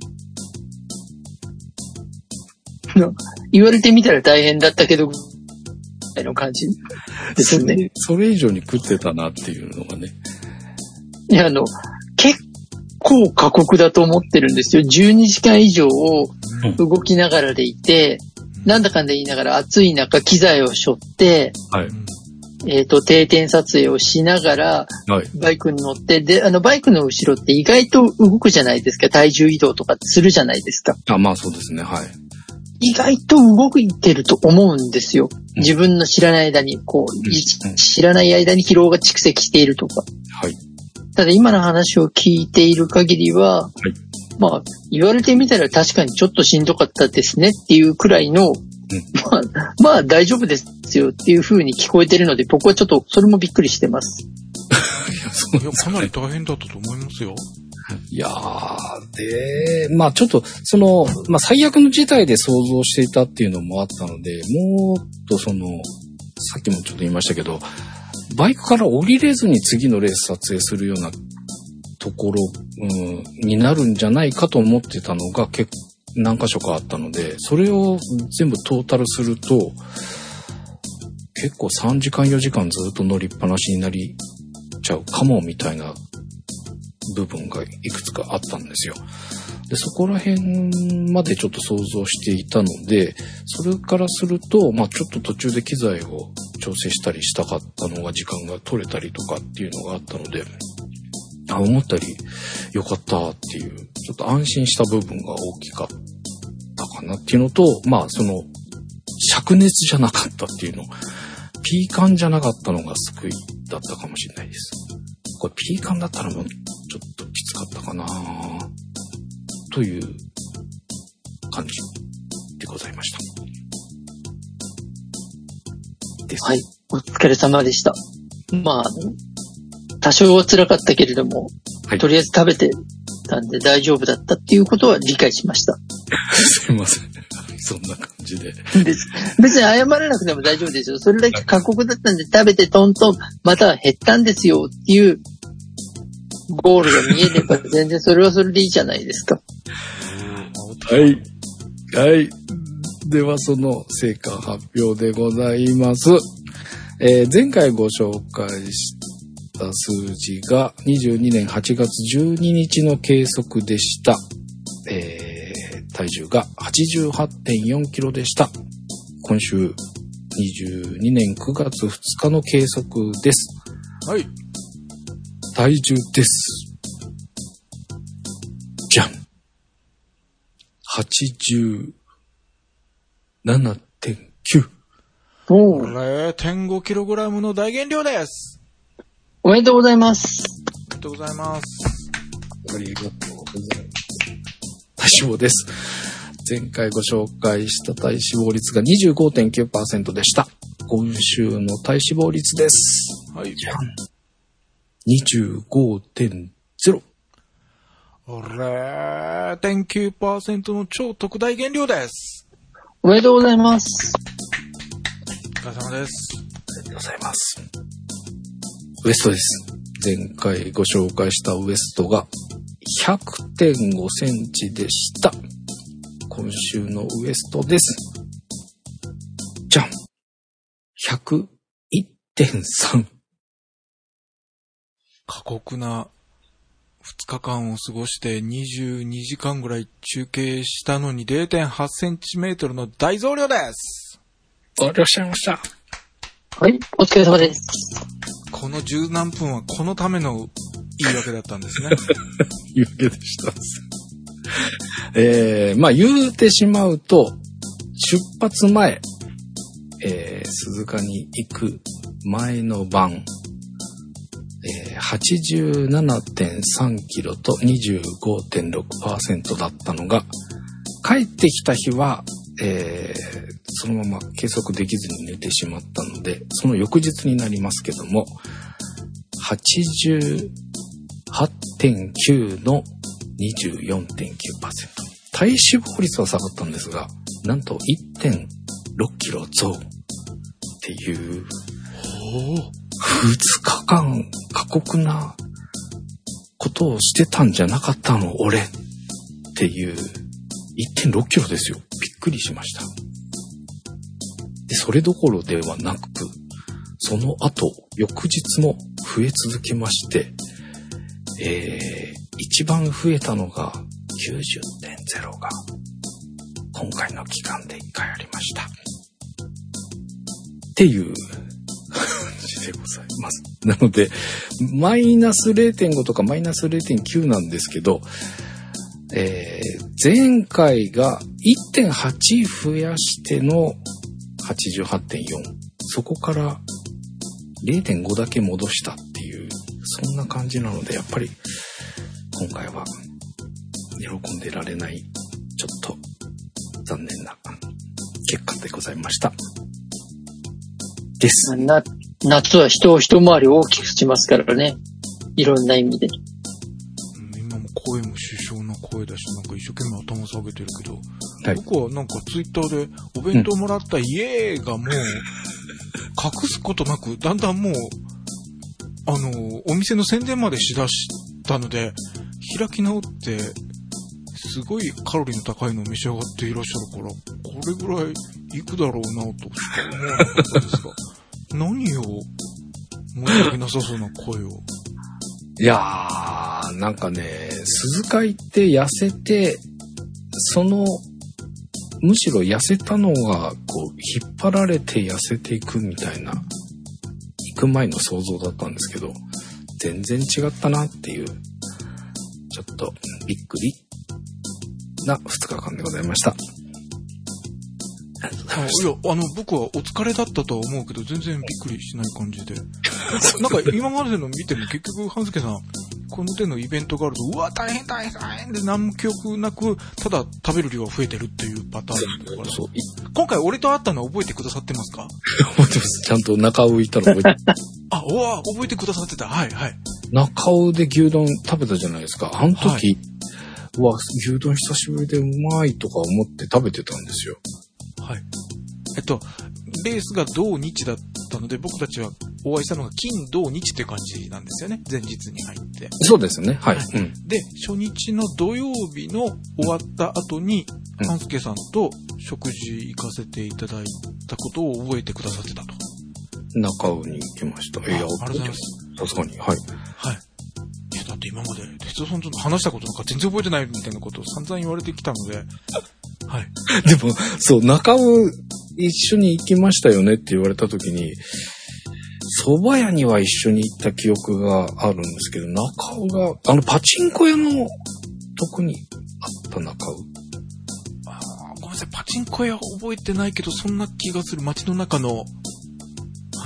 言われてみたら大変だったけど、の感じですね。 それ以上に食ってたなっていうのがね。 いや、あの、結構過酷だと思ってるんですよ。じゅうにじかん以上を動きながらでいて、うん、なんだかんだ言いながら暑い中機材を背負って、はい、えっと、定点撮影をしながら、バイクに乗って、で、あの、バイクの後ろって意外と動くじゃないですか。体重移動とかするじゃないですか。 あ、まあそうですね、はい。 意外と動いてると思うんですよ。自分の知らない間に、こう、うん、知らない間に疲労が蓄積しているとか。はい。ただ今の話を聞いている限りは、はい、 まあ、言われてみたら確かにちょっとしんどかったですねっていうくらいの、うん、まあ、まあ大丈夫ですよっていう風に聞こえてるので、僕はちょっとそれもびっくりしてます。 いや、そういや、かなり大変だったと思いますよ。 いやー、で、まあちょっと、その、まあ最悪の事態で想像していたっていうのもあったので、もっとその、さっきもちょっと言いましたけど、バイクから降りれずに次のレース撮影するようなところ、うん、になるんじゃないかと思ってたのが結構何箇所かあったので、それを全部トータルすると、結構さんじかんよじかんずっと乗りっぱなしになりちゃうかもみたいな部分がいくつかあったんですよ。で、そこら辺までちょっと想像していたので、それからすると、まあちょっと途中で機材を調整したりしたかったのが時間が取れたりとかっていうのがあったので、あ、思ったより良かったっていう、ちょっと安心した部分が大きかったかなっていうのと、まあその、灼熱じゃなかったっていうの、ピーカンじゃなかったのが救いだったかもしれないです。これピーカンだったらもうちょっときつかったかなという感じでございました。です。 はい、お疲れ様でした。まあ、多少は辛かったけれども、はい、とりあえず食べてたんで大丈夫だったっていうことは理解しました。 すいません。そんな感じで。 別に謝らなくても大丈夫ですよ。それだけ過酷だったんで食べてトントン、また減ったんですよっていうゴールが見えれば全然それはそれでいいじゃないですか。 はい。はい。ではその成果発表でございます。えー、前回ご紹介した数字がにじゅうにねんはちがつじゅうににちの計測でした。えー、体重が はちじゅうはちてんよんキロでした。今週にじゅうにねんくがつふつかの計測です。 はい。 体重です。じゃん。はちじゅうななてんきゅう。 おー。 れいてんごキログラムの大減量です。 おめでとうございます。 おめでとうございます。 ありがとうございます。体脂肪です。前回ご紹介した体脂肪率が にじゅうごてんきゅうパーセント でした。今週の体脂肪率です。 はい。 にじゅうごてんゼロ。 れいてんきゅうパーセント の超特大減量です。 おめでとうございます。 お疲れ様です。 ありがとうございます。ウエストです。前回ご紹介したウエストが ひゃくてんごセンチでした。今週のウエストです。じゃん !ひゃくいってんさん。 過酷なふつかかんを過ごしてにじゅうにじかんぐらい中継したのに れいてんはちセンチメートルの大増量です。 ありがとうございました。 はい、お疲れ様です。 この十何分はこのための言い訳だったんですね。 言い訳でした。えー、まあ言うてしまうと、出発前、えー、鈴鹿に行く前の晩、えー、はちじゅうななてんさんキロと にじゅうごてんろくパーセント だったのが、帰ってきた日は、えー、そのまま計測できずに寝てしまったので、その翌日になりますけども、はちじゅうはちてんきゅう の にじゅうよんてんきゅうパーセント。体脂肪率は下がったんですが、なんと いってんろくキロ増っていう、ふつかかん過酷なことをしてたんじゃなかったの俺っていう いってんろくキロですよ。びっくりしました。で、それどころではなく、その後翌日も増え続けまして、えー、一番増えたのが きゅうじゅってんゼロ が今回の期間でいっかいありました。っていう感じでございます。なので、マイナス れいてんご とかマイナス れいてんきゅう なんですけど、えー、前回が いってんはち 増やしての はちじゅうはちてんよん。そこから れいてんご だけ戻したっていう、そんな感じなので、やっぱり今回は喜んでられない、ちょっと残念な結果でございました。です。 な、夏は人を一回り大きくしますからね。いろんな意味で。 今も声も首相の声だし、なんか一生懸命頭下げてるけど、はい、僕はなんかツイッターでお弁当もらったイエーがもう、隠すことなく、だんだんもう、あの、お店の宣伝までしだしたので、開き直って、すごいカロリーの高いのを召し上がっていらっしゃるから、これぐらいいくだろうなとしか思わなかったですが、何を、申し訳なさそうな声を。 いやー、なんかね、鈴鹿行って痩せて、その、むしろ痩せたのが、こう、引っ張られて痩せていくみたいな、行く前の想像だったんですけど、全然違ったなっていう、ちょっとびっくりなふつかかんでございました。 あいや、あの、僕はお疲れだったとは思うけど、全然びっくりしない感じで。なんか今までの見ても結局、半助さん、この手のイベントがあると、うわ、大変大変大変で何も記憶なく、ただ食べる量が増えてるっていうパターンだから。そう今回俺と会ったのは覚えてくださってますか？ 覚えてます。ちゃんと中尾行ったの覚えてます。 あ、おわ、覚えてくださってた。はい、はい。 中尾で牛丼食べたじゃないですか。あの時、はい、うわ、牛丼久しぶりでうまいとか思って食べてたんですよ。 はい。えっと、レースが土日だったので、僕たちはお会いしたのが金土日っていう感じなんですよね。前日に入って。 そうですね。はい。はいうん、で、初日の土曜日の終わった後に、うん、半助さんと食事行かせていただいたことを覚えてくださってたと。 中尾に行きました。いや、 ありがとうございます。 確かに。はい。 はい。いや、だって今まで、哲夫さんと話したことなんか全然覚えてないみたいなことを散々言われてきたので、はい。 でも、そう、中尾一緒に行きましたよねって言われたときに、蕎麦屋には一緒に行った記憶があるんですけど、中尾が、あのパチンコ屋のとこにあった中尾。 ああ、ごめんなさい、パチンコ屋覚えてないけど、そんな気がする。街の中の、はい、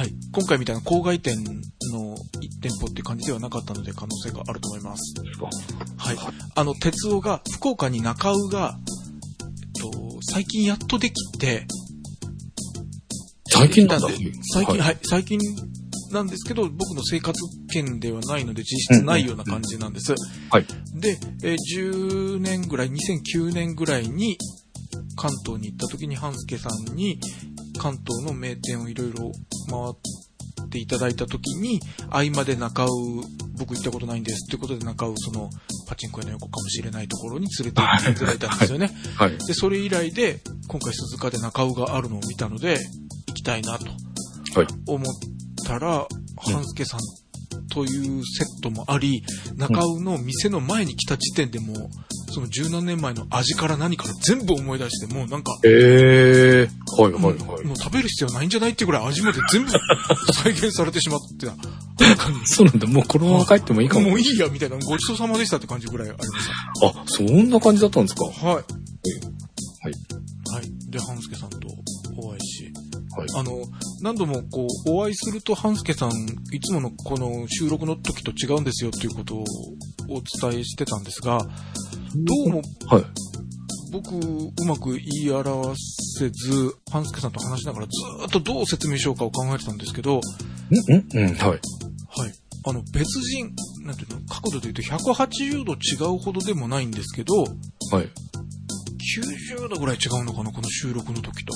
今回みたいな郊外店の一店舗っていう感じではなかったので、可能性があると思います。はい。あの、哲夫が、福岡に中尾が、最近やっとできて、 最近なんだ。 最近、はい、はい、最近なんですけど、僕の生活圏ではないので実質ないような感じなんです。うんうんうん、 はい。 で、えー、じゅうねんぐらい、にせんきゅうねんぐらいに関東に行った時に半助さんに関東の名店をいろいろ回っていただいた時に、合間で中尾、僕行ったことないんですということで中尾そのパチンコ屋の横かもしれないところに連れて行っていただいたんですよね。はいはい、で、それ以来で今回鈴鹿で中尾があるのを見たので行きたいなと思ったら、はい、半助さんというセットもあり、中尾の店の前に来た時点でもうその十何年前の味から何から全部思い出して、もうなんか、 えー、はいはいはい。 もう、もう食べる必要ないんじゃないっていうぐらい味まで全部再現されてしまってた。 そうなんだ、もうこのまま帰ってもいいかも。 もういいやみたいな、ごちそうさまでしたって感じぐらいありました。あ、そんな感じだったんですか。 はい。はい。 はい。 で、半助さんとお会いし、 はい、 あの、何度もこう、お会いすると半助さん、いつものこの収録の時と違うんですよっていうことをお伝えしてたんですが、どうも、 はい、 僕、うまく言い表せず、半助さんと話しながらずーっとどう説明しようかを考えてたんですけど、 んんうん、はい。 はい。あの、別人、なんていうの、角度で言うとひゃくはちじゅうど違うほどでもないんですけど、 はい。 きゅうじゅうどぐらい違うのかな、この収録の時と。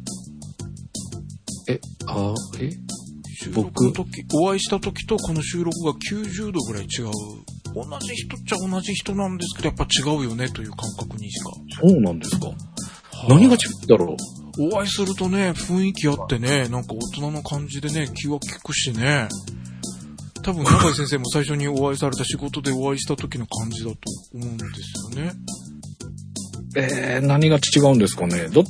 え、あえ収録の時、お会いした時とこの収録がきゅうじゅうどぐらい違う。同じ人っちゃ同じ人なんですけど、やっぱ違うよねという感覚にしか。 そうなんですか。はあ、何が違うんだろう。お会いするとね、雰囲気あってね、なんか大人の感じでね、気は利くしね。多分、中井先生も最初にお会いされた仕事でお会いした時の感じだと思うんですよね。 えー、何が違うんですかね。だって、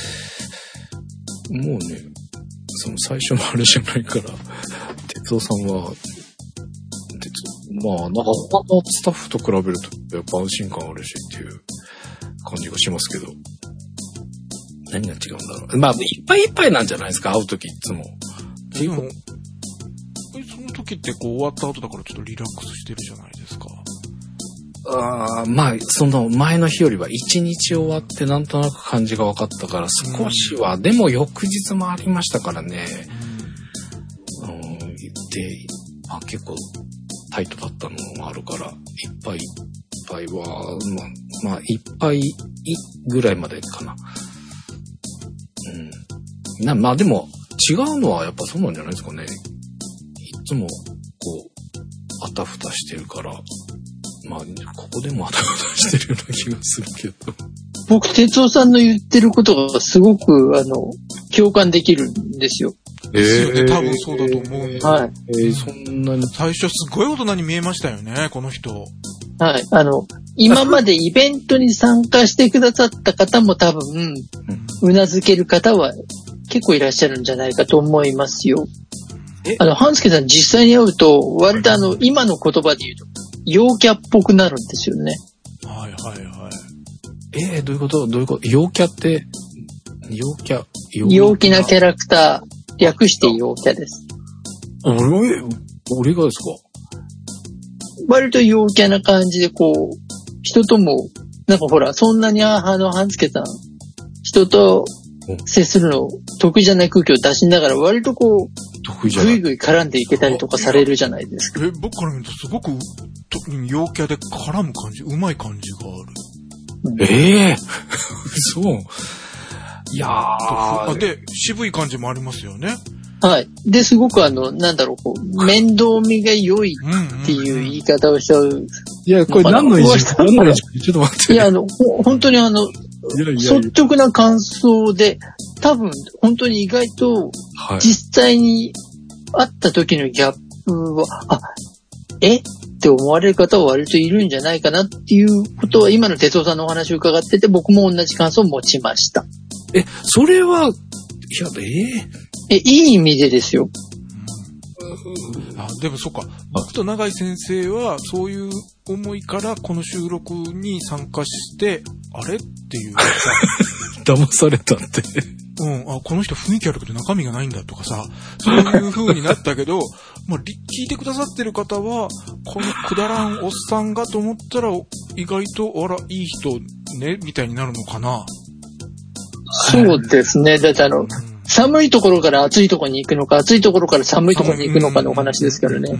もうね、その最初のあれじゃないから、哲夫さんは、まあ、なんか他のスタッフと比べるとやっぱ安心感あるしっていう感じがしますけど。何が違うんだろう。まあ、いっぱいいっぱいなんじゃないですか、会うときいつも。 でも、その時ってこう終わった後だからちょっとリラックスしてるじゃないですか。 あまあ、その前の日よりは一日終わってなんとなく感じが分かったから少しは、うん、でも翌日もありましたからね。うん、で、まあ、結構タイトだったのもあるから、一杯一杯は、まあ、まあ、一杯ぐらいまでかな。うん。なまあでも違うのはやっぱそうなんじゃないですかね。いつもこう、あたふたしてるから。まあ、ここでもあたふたしてるような気がするけど。 僕、哲夫さんの言ってることがすごく、あの、共感できるんですよ。 えー、多分そうだと思うんだ。 はい。 えー、そんなに。 最初すごい大人に見えましたよね、この人。 はい。あの、今までイベントに参加してくださった方も多分、うなずける方は結構いらっしゃるんじゃないかと思いますよ。あの、半助さん実際に会うと、割とあの、今の言葉で言うと、陽キャっぽくなるんですよね。 はいはいはい。 えー、どういうことどういうこと陽キャって、陽キャ陽気なキャラクター、略して陽キャです。 俺、俺がですか？ 割と陽キャな感じでこう、人とも、なんかほら、そんなにあの、半助さん、人と接するの得意じゃない空気を出しながら、割とこう、ぐいぐい絡んでいけたりとかされるじゃないですか。 え、僕から見るとすごく、特に陽キャで絡む感じ、うまい感じがある。 うん、ええー、そう。いやー。 で、渋い感じもありますよね。 はい。で、すごくあの、なんだろう、こう、面倒見が良いっていう言い方をしちゃう。 いや、これ何の意地何の意地ちょっと待って。 いや、あの、本当にあの、いやいやいや率直な感想で、多分、本当に意外と、実際に会った時のギャップは、あ、えって思われる方は割といるんじゃないかなっていうことは、今の哲夫さんのお話を伺ってて、僕も同じ感想を持ちました。 え、それは、いや、ええ、いい意味でですよ。 あ、でもそっか。僕と永井先生は、そういう思いからこの収録に参加して、あれっていうさ。 騙されたって。 うん、あ、この人雰囲気あるけど中身がないんだとかさ、そういう風になったけど、まあ、聞いてくださってる方は、このくだらんおっさんがと思ったら、意外と、あら、いい人ね、みたいになるのかな。 そうですね。だってあの、うん、寒いところから暑いところに行くのか、暑いところから寒いところに行くのかのお話ですからね。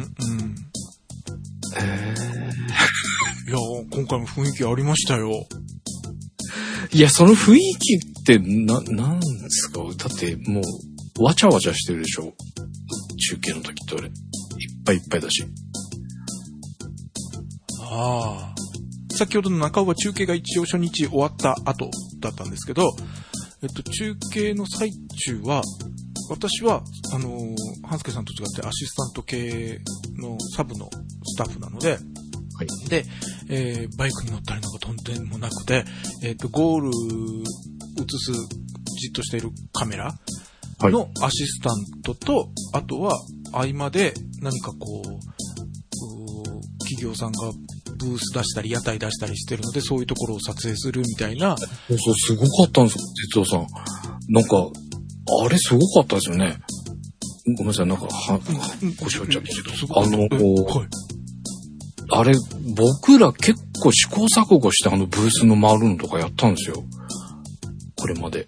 いや、今回も雰囲気ありましたよ。 いや、その雰囲気ってな、なんですか？だってもう、わちゃわちゃしてるでしょ？中継の時って俺、いっぱいいっぱいだし。 ああ。先ほどの中尾は中継が一応初日終わった後だったんですけど、えっと、中継の最中は、私は、あのー、半助さんと違ってアシスタント系のサブのスタッフなので、はい、で、えー、バイクに乗ったりなんかとんでもなくて、えっと、ゴール映すじっとしているカメラのアシスタントと、はい、あとは合間で何かこう、企業さんがブース出したり屋台出したりしてるので、そういうところを撮影するみたいな。 そう、すごかったんですよ、哲夫さん。なんか、あれすごかったですよね。ごめんなさい、なんか、は、腰折っちゃったけど。あの、こう、あれ、僕ら結構試行錯誤してあのブースの回るのとかやったんですよ。これまで。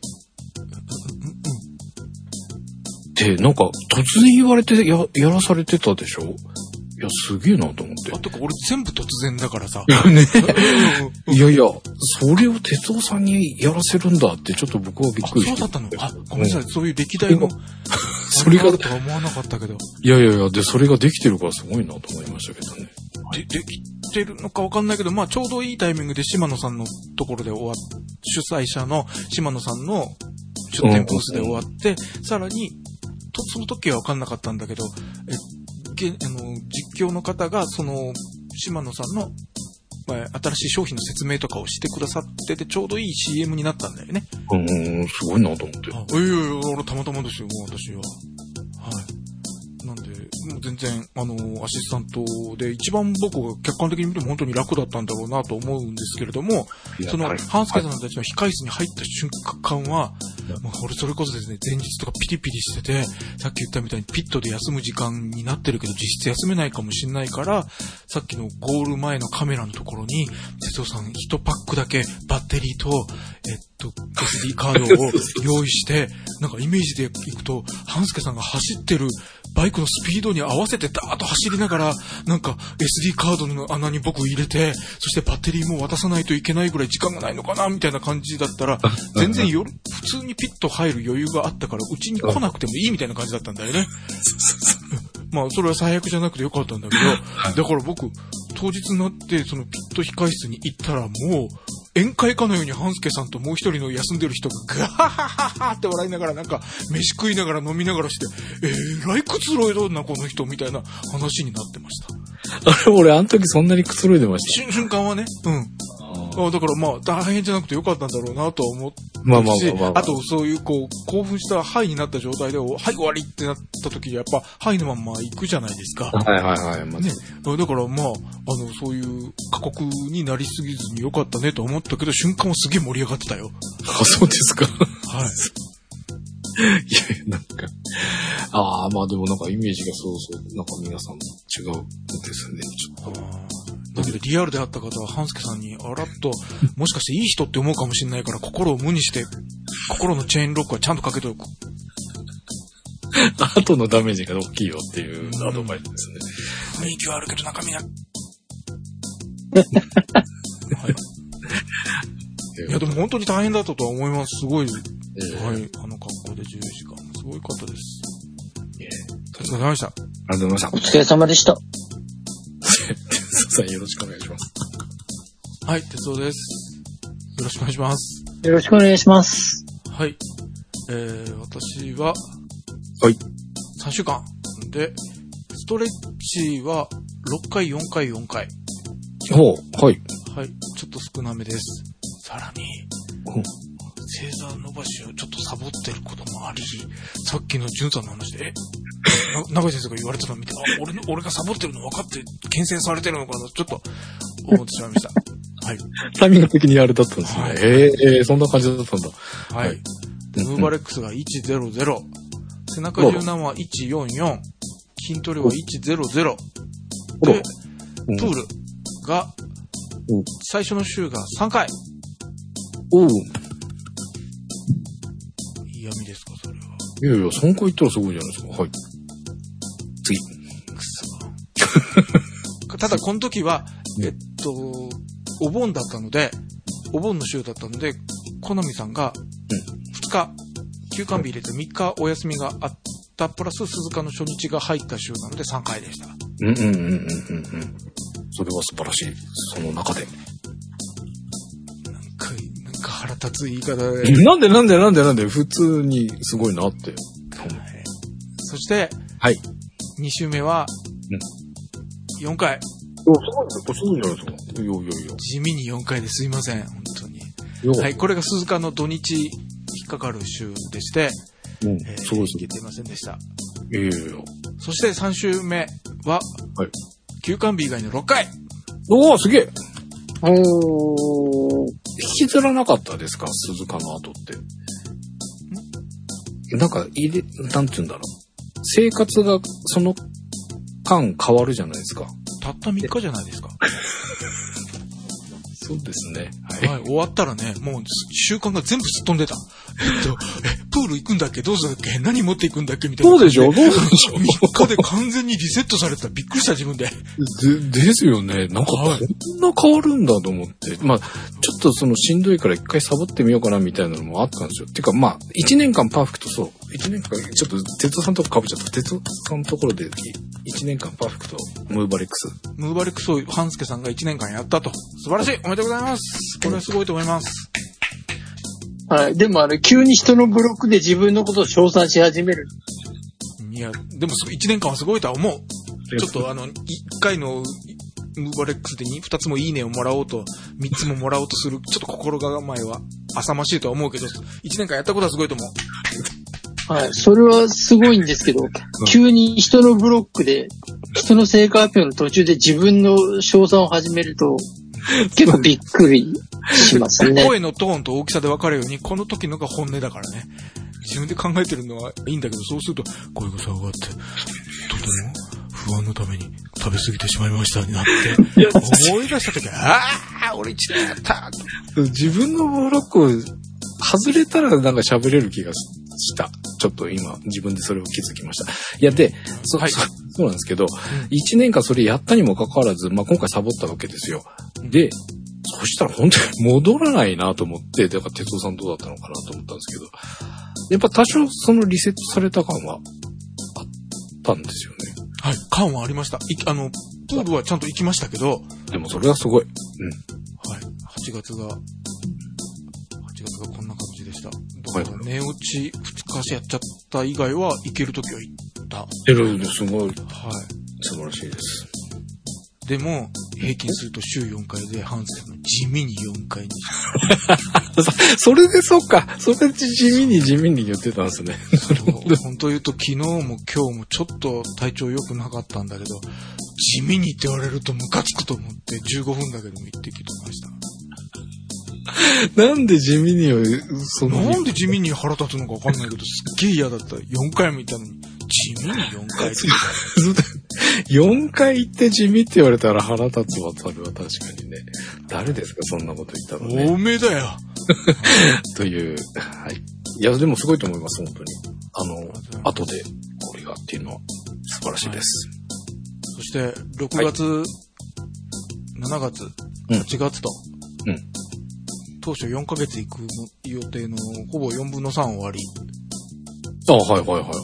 で、なんか、突然言われてや、やらされてたでしょ？いや、すげえなと思って。 あ、とか俺全部突然だからさ。 ねいやいや、それを哲夫さんにやらせるんだってちょっと僕はびっくりして。 そうだったの？あ、ごめんなさい、そういう歴代の。それが。とは思わなかったけど。いやいやいや、で、それができてるからすごいなと思いましたけどね。 で、できてるのかわかんないけど、まあちょうどいいタイミングで島野さんのところで終わっ、主催者の島野さんの出店ブースで終わって、うんうん、さらに、と、その時はわかんなかったんだけど、え、あの実況の方がその島野さんの、まあ、新しい商品の説明とかをしてくださっててちょうどいい シーエム になったんだよね。 うん、すごいなと思って。 あ、いやいや、俺たまたまですよ、もう私は。はい。なんで、 もう全然、あの、アシスタントで一番僕が客観的に見ても本当に楽だったんだろうなと思うんですけれども、その、ハンスケさんたちの控室に入った瞬間は、もう俺それこそですね、前日とかピリピリしてて、さっき言ったみたいにピットで休む時間になってるけど実質休めないかもしれないから、さっきのゴール前のカメラのところに、哲夫さんいちパックだけバッテリーと、えっと、エスディー カードを用意して、なんかイメージでいくと、ハンスケさんが走ってるバイクのスピードに合わせてダーッと走りながら、なんか エスディー カードの穴に僕入れて、そしてバッテリーも渡さないといけないぐらい時間がないのかな、みたいな感じだったら、全然夜、普通にピット入る余裕があったから、うちに来なくてもいいみたいな感じだったんだよね。まあ、それは最悪じゃなくてよかったんだけど、だから僕、当日になって、そのピット控室に行ったらもう、宴会かのようにハンスケさんともう一人の休んでる人がガハハハハって笑いながらなんか飯食いながら飲みながらして、えー、らいくつろいどんなこの人みたいな話になってました。 あれ、俺あの時そんなにくつろいでました。 瞬間はね、うん。あだからまあ大変じゃなくてよかったんだろうなとは思ってし、 まあまあまあまあまあ、 あとそういうこう興奮したハイになった状態ではい終わりってなった時やっぱハイのまんま行くじゃないですか。 はいはいはい。まあ、 ね、だからまああのそういう過酷になりすぎずによかったねと思ったけど瞬間はすげえ盛り上がってたよ。 あ、そうですか。 はい。 いやいや、なんか、ああ、まあでもなんかイメージがそうそう、なんか皆さん違うんですね、ちょっと。 だけどリアルであった方は、ハンスケさんに、あらっと、もしかしていい人って思うかもしれないから、心を無にして、心のチェーンロックはちゃんとかけておく。 後のダメージが大きいよっていうアドバイスですね。 うん、雰囲気はあるけど中身な。はい。いやでも本当に大変だったとは思います。すごい。えー、はい。あの格好でじゅうじかん。すごい方です。いえ。お疲れ様でした。ありがとうございました。 お疲れ様でした。 さんよろしくお願いします。 はい、哲夫です。よろしくお願いします。 よろしくお願いします。 はい。えー、私は、 はい。 さんしゅうかんで、ストレッチはろっかい、よんかい、よんかい。 ほう、はい。 はい、ちょっと少なめです。さらに、正座伸ばしをちょっとサボってることもあり、さっきのジュンさんの話で、え長井先生が言われてたの見て、あ、俺の、俺がサボってるの分かって、牽制されてるのかな、ちょっと、思ってしまいました。はい。 タイミング的にあれだったんですね。 はい、 えー、えー、そんな感じだったんだ。 はい。はい、ムーバレックスがいちぜろぜろ、背中柔軟はいちよんよん、筋トレはいちぜろぜろ、で、うん、プールが、最初の週がさんかい。 おう。 嫌味ですか、それは。 いやいや、さんかい行ったらすごいじゃないですか。はい。次。 くそ。ただ、この時は、えっと、お盆だったので、お盆の週だったので、コナミさんが、ふつか、休館日入れてみっかお休みがあった、プラス鈴鹿の初日が入った週なのでさんかいでした。 うんうんうんうんうん。それは素晴らしい。その中で。 なんか、なんか腹立つ言い方で。 なんでなんでなんでなんで普通にすごいなって。はい、 そして、 はい。 に週目は、よんかい。 お、そうすごいじゃないですか。いやいやいや。 地味によんかいですいません、本当に。はい、これが鈴鹿の土日引っかかる週でして、 うん、 えー、 そうです。 いけていませんでした。 いやいやいや。 そしてさん週目は、はい、休館日以外のろっかい。 おー、すげえ。 おー。 引きずらなかったですか、鈴鹿の後って。んなんか、いれ、なんて言うんだろう。生活がその間変わるじゃないですか。 たったみっかじゃないですか。 そうですね。 はい。はい、終わったらね、もう習慣が全部すっ飛んでた。えっと、え、プール行くんだっけどうするんだっけ何持っていくんだっけみたいな。 そうでしょどうでしょみっかで完全にリセットされた。びっくりした自分で。 で、ですよね。なんかこんな変わるんだと思って。まあ、ちょっとそのしんどいから一回サボってみようかなみたいなのもあったんですよ。てかまあ、一年間パーフェクトそう。一年間、ちょっと哲夫さんとこ被っちゃった。哲夫さんのところで一年間パーフェクト、ムーバレックス。 ムーバレックスをハンスケさんが一年間やったと。素晴らしい。おめでとうございます。これはすごいと思います。 はい。でもあれ、急に人のブロックで自分のことを称賛し始める。 いや、でも一年間はすごいとは思う。ちょっとあの、一回のムーバレックスで二つもいいねをもらおうと、三つももらおうとする、ちょっと心構えは浅ましいとは思うけど、一年間やったことはすごいと思う。 はい。それはすごいんですけど、急に人のブロックで、人の成果発表の途中で自分の称賛を始めると、結構びっくりしますね。 声のトーンと大きさで分かるように、この時のが本音だからね。自分で考えてるのはいいんだけど、そうすると、声が下がって、とても不安のために食べ過ぎてしまいましたになって、思い出した時は、ああ俺一年やったと。 自分のブロックを外れたらなんか喋れる気がした。ちょっと今自分でそれを気づきました。いやで、そ、はい、そそうなんですけど、一、うん、年間それやったにもかかわらず、まあ、今回サボったわけですよ。で、そしたら本当に戻らないなと思って、だから哲夫さんどうだったのかなと思ったんですけど、やっぱ多少そのリセットされた感はあったんですよね。 はい、感はありました。いあの、プールはちゃんと行きましたけど。 でもそれはすごい。うん。 はい。はちがつが、はちがつがこんな感じでした。だから寝落ちふつかやっちゃった以外は行けるときは行った。 出るのすごい。はい。素晴らしいです。 でも、平均すると週よんかいで、ハンセの地味によんかいに。 それでそっか。それで地味に地味に言ってたんですね。 そう。本当言うと昨日も今日もちょっと体調良くなかったんだけど、地味にって言われるとムカつくと思ってじゅうごふんだけでも行ってきてました。 なんで地味にそのなんで地味に腹立つのか分かんないけど、すっげえ嫌だった。よんかいも行ったのに。地味によんかいよんかい行って地味って言われたら腹立つわ、それは確かにね。誰ですか、そんなこと言ったのね。 おめえだよ。 という、はい。いや、でもすごいと思います、本当に。あの、後でこれがっていうのは素晴らしいです。はい、 そして、ろくがつ、はい、しちがつ、はちがつと、うんうん、当初よんかげつ行く予定のほぼよんぶんのさん終わり。 あ、はいはいはいはい。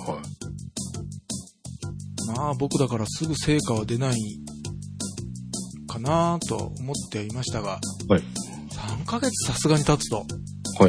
まあ僕だからすぐ成果は出ないかなと思っていましたが、はい、さんかげつさすがに経つと、はい、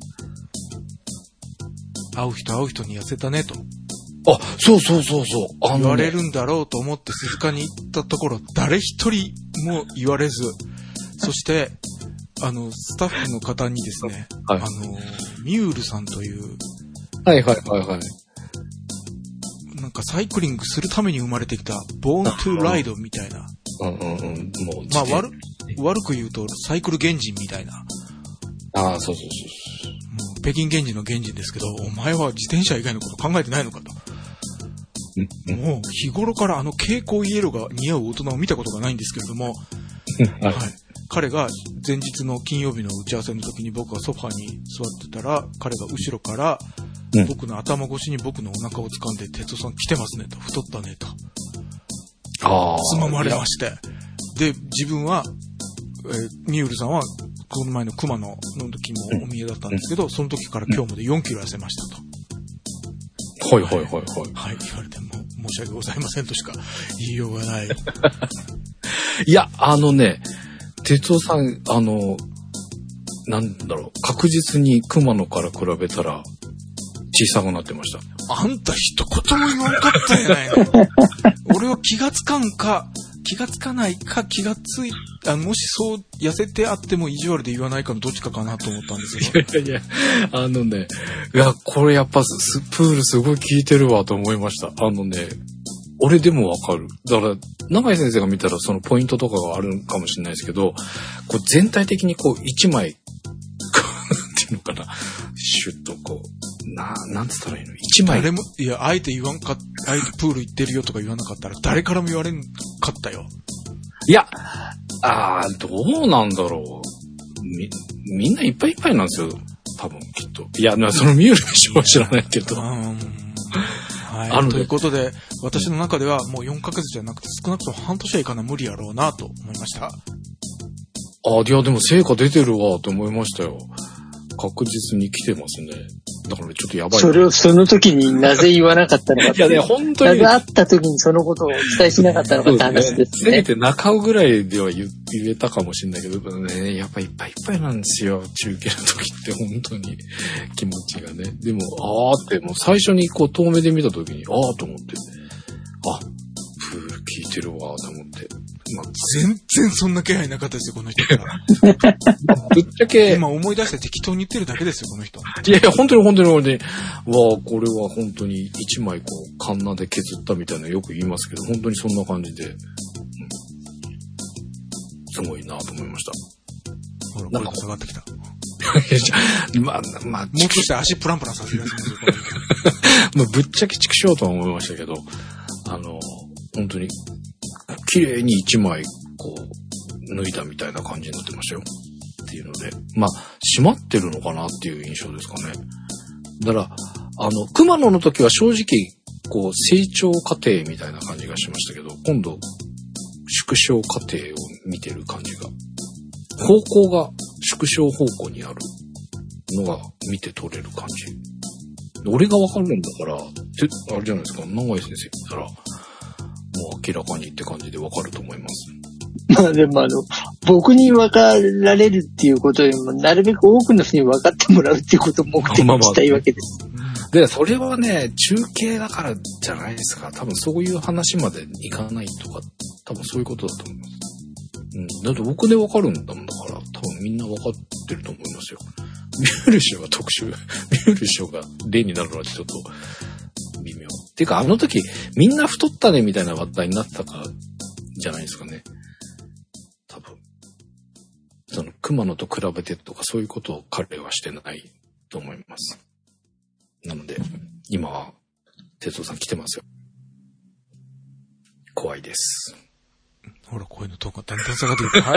会う人会う人に痩せたねと、 あ、そうそうそうそう、 あのね、言われるんだろうと思って鈴鹿に行ったところ誰一人も言われず、そしてあのスタッフの方にですね、はい、あのミュールさんというはいはいはいはい。 なんかサイクリングするために生まれてきたボーントゥーライドみたいな。 うんうんうん。もうまあ悪悪く言うとサイクル原人みたいな。 ああ、そうそうそう。 もう北京原人の原人ですけど、お前は自転車以外のこと考えてないのかと。うんうん、もう日頃からあの蛍光イエローが似合う大人を見たことがないんですけれども、はい。彼が前日の金曜日の打ち合わせの時に僕がソファに座ってたら、彼が後ろから僕の頭越しに僕のお腹を掴んで、哲夫さん来てますねと、太ったねと。ああ。つままれまして。で、自分は、えー、ミュールさんは、この前の熊野の時もお見えだったんですけど、うん、その時から今日までよんキロ痩せましたと。はいはいはいはい。 はい、言われても、申し訳ございませんとしか言いようがない。 いや、あのね、哲夫さん、あの、なんだろう、確実に熊野から比べたら、小さくなってました。 あんた一言も言わんかったんやないの。俺は気がつかんか、気がつかないか気がつい、あもしそう痩せてあっても意地悪で言わないかのどっちかかなと思ったんですよ。 いやいやいや、あのね、いや、これやっぱスプールすごい効いてるわと思いました。あのね、俺でもわかる。だから、永井先生が見たらそのポイントとかがあるかもしれないですけど、こう全体的にこう一枚、なんていうのかな、シュッとこう、な、なんつったらいいの？一枚。 誰も、いや、あえて言わんか、あえてプール行ってるよとか言わなかったら、誰からも言われんかったよ。 いや、あー、どうなんだろう。み、みんないっぱいいっぱいなんですよ。多分、きっと。いや、そのミュールの人は知らないけど。 はい。ということで、私の中ではもうよんかげつじゃなくて少なくとも半年はいかな無理やろうなと思いました。あ、 いや、でも成果出てるわと思いましたよ。確実に来てますね。だからちょっとやばい。 それをその時になぜ言わなかったのか。 いやね、本当に。 なぜ会った時にそのことをお伝えしなかったのかって話ですね。 せめて中尾ぐらいでは言えたかもしれないけどね、やっぱいっぱいいっぱいなんですよ。中継の時って本当に気持ちがね。でも、あーってもう最初にこう遠目で見た時に、あーと思って、あ、プール効いてるわと思って。まあ、 全然そんな気配なかったですよ、この人から。 ぶっちゃけ。 今思い出して適当に言ってるだけですよ、この人。 いやいや、本当に本当に本当に。わあ、これは本当に一枚こう、カンナで削ったみたいなのよく言いますけど、本当にそんな感じで、うん、すごいなと思いました。 ほら、これ下がってきた。 まあ、まあ、 もう少し足プランプランさせてください。 まあ、ぶっちゃけ畜生とは思いましたけど、あの、本当に、綺麗に一枚、こう、脱いだみたいな感じになってましたよ。っていうので、まあ、締まってるのかなっていう印象ですかね。だから、あの、熊野の時は正直、こう、成長過程みたいな感じがしましたけど、今度、縮小過程を見てる感じが、方向が縮小方向にあるのが見て取れる感じ。俺がわかるんだから、ってあれじゃないですか、長井先生言ったら、もう明らかにって感じでわかると思います。 まあでもあの、僕に分かられるっていうことよりも、なるべく多くの人に分かってもらうっていうことを目的にしたいわけです。 で、それはね、中継だからじゃないですか。多分そういう話までいかないとか、多分そういうことだと思います。うん。だって僕で分かるんだもんだから、多分みんな分かってると思いますよ。ミュール賞が特殊、ミュール賞が例になるのはちょっと微妙。っていうか、あの時、みんな太ったねみたいな話題になったからじゃないですかね。多分。その、熊野と比べてとかそういうことを彼はしてないと思います。なので、今は、哲夫さん来てますよ。怖いです。 ほら、声のトーンがだんだん下がってくる。はい。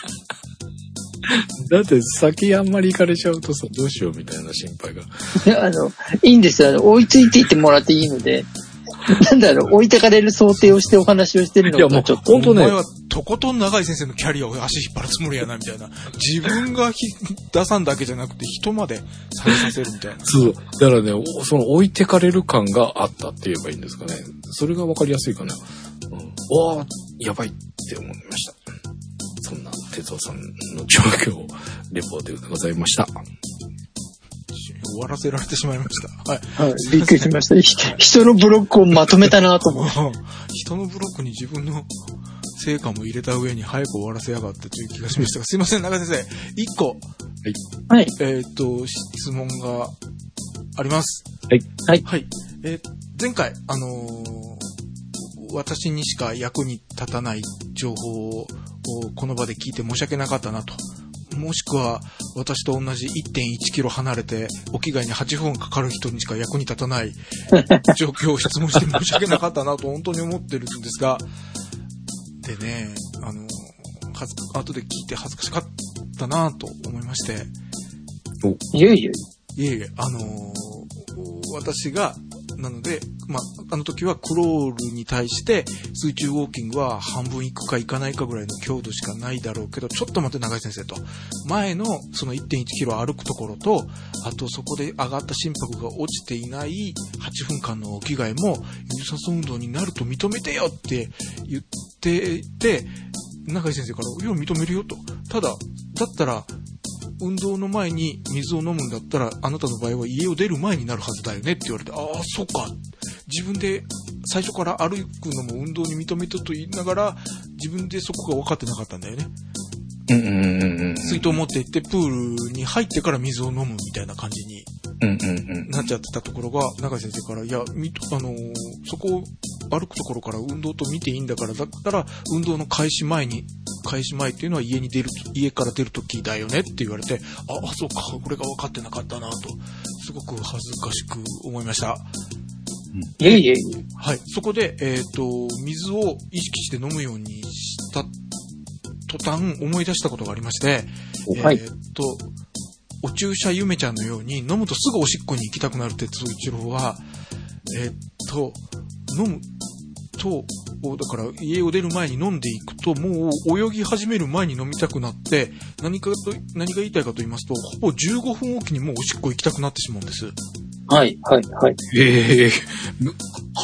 だって先あんまり行かれちゃうとさ、どうしようみたいな心配が。 いや、あの、いいんですよ。あの、追いついていってもらっていいので。なんだろう、置いてかれる想定をしてお話をしてるのが、いやもうちょっと。 本当ね。お前はとことん長井先生のキャリアを足引っ張るつもりやな、みたいな。自分が出さんだけじゃなくて人まで下げさせるみたいな。 そう。だからね、その置いてかれる感があったって言えばいいんですかね。それがわかりやすいかな。うん、おー、やばいって思いました。そんな哲夫さんの状況レポートでございました。 終わらせられてしまいました。はい。 はい、びっくりしました。人のブロックをまとめたなと思って。 人のブロックに自分の成果も入れた上に早く終わらせやがってという気がしましたが、すいません、中井先生。一個。 はい。 えっと、質問があります。 はい。 はい。 はい。えー、前回、あのー、私にしか役に立たない情報をこの場で聞いて申し訳なかったなと。もしくは私と同じ いってんいちキロ離れてお着替えにはちふんかかる人にしか役に立たない状況を質問して申し訳なかったなと本当に思ってるんですが、でね、あのはず後で聞いて恥ずかしかったなと思いまして。 おいえいえいえいえ、あの私がなので、まあ、あの時はクロールに対して水中ウォーキングは半分行くか行かないかぐらいの強度しかないだろうけど、ちょっと待って長井先生と。前のその いってんいちキロ歩くところと、あとそこで上がった心拍が落ちていないはちふんかんのお着替えも有酸素運動になると認めてよって言っていて、長井先生から、いや認めるよと。ただ、だったら、運動の前に水を飲むんだったら、あなたの場合は家を出る前になるはずだよねって言われて、ああ、そっか。自分で最初から歩くのも運動に認めたと言いながら、自分でそこが分かってなかったんだよね。 うんうんうんうん、 水筒持って行ってプールに入ってから水を飲むみたいな感じになっちゃってたところが、中井先生から、いや、みあのー、そこを歩くところから運動と見ていいんだから、だったら運動の開始前に、開始前っていうのは家に出る、家から出るときだよねって言われて、ああ、そうか、これが分かってなかったなと、すごく恥ずかしく思いました。 いえいえいえ。 はい。そこで、えっと、水を意識して飲むようにした途端思い出したことがありまして、 はい、 えっと、お注射ゆめちゃんのように飲むとすぐおしっこに行きたくなる哲夫一郎は、えっと、飲むと、だから家を出る前に飲んでいくと、もう泳ぎ始める前に飲みたくなって、何かと、何が言いたいかと言いますと、ほぼじゅうごふんおきにもうおしっこ行きたくなってしまうんです。 はい、はい、はい。 ええー、は、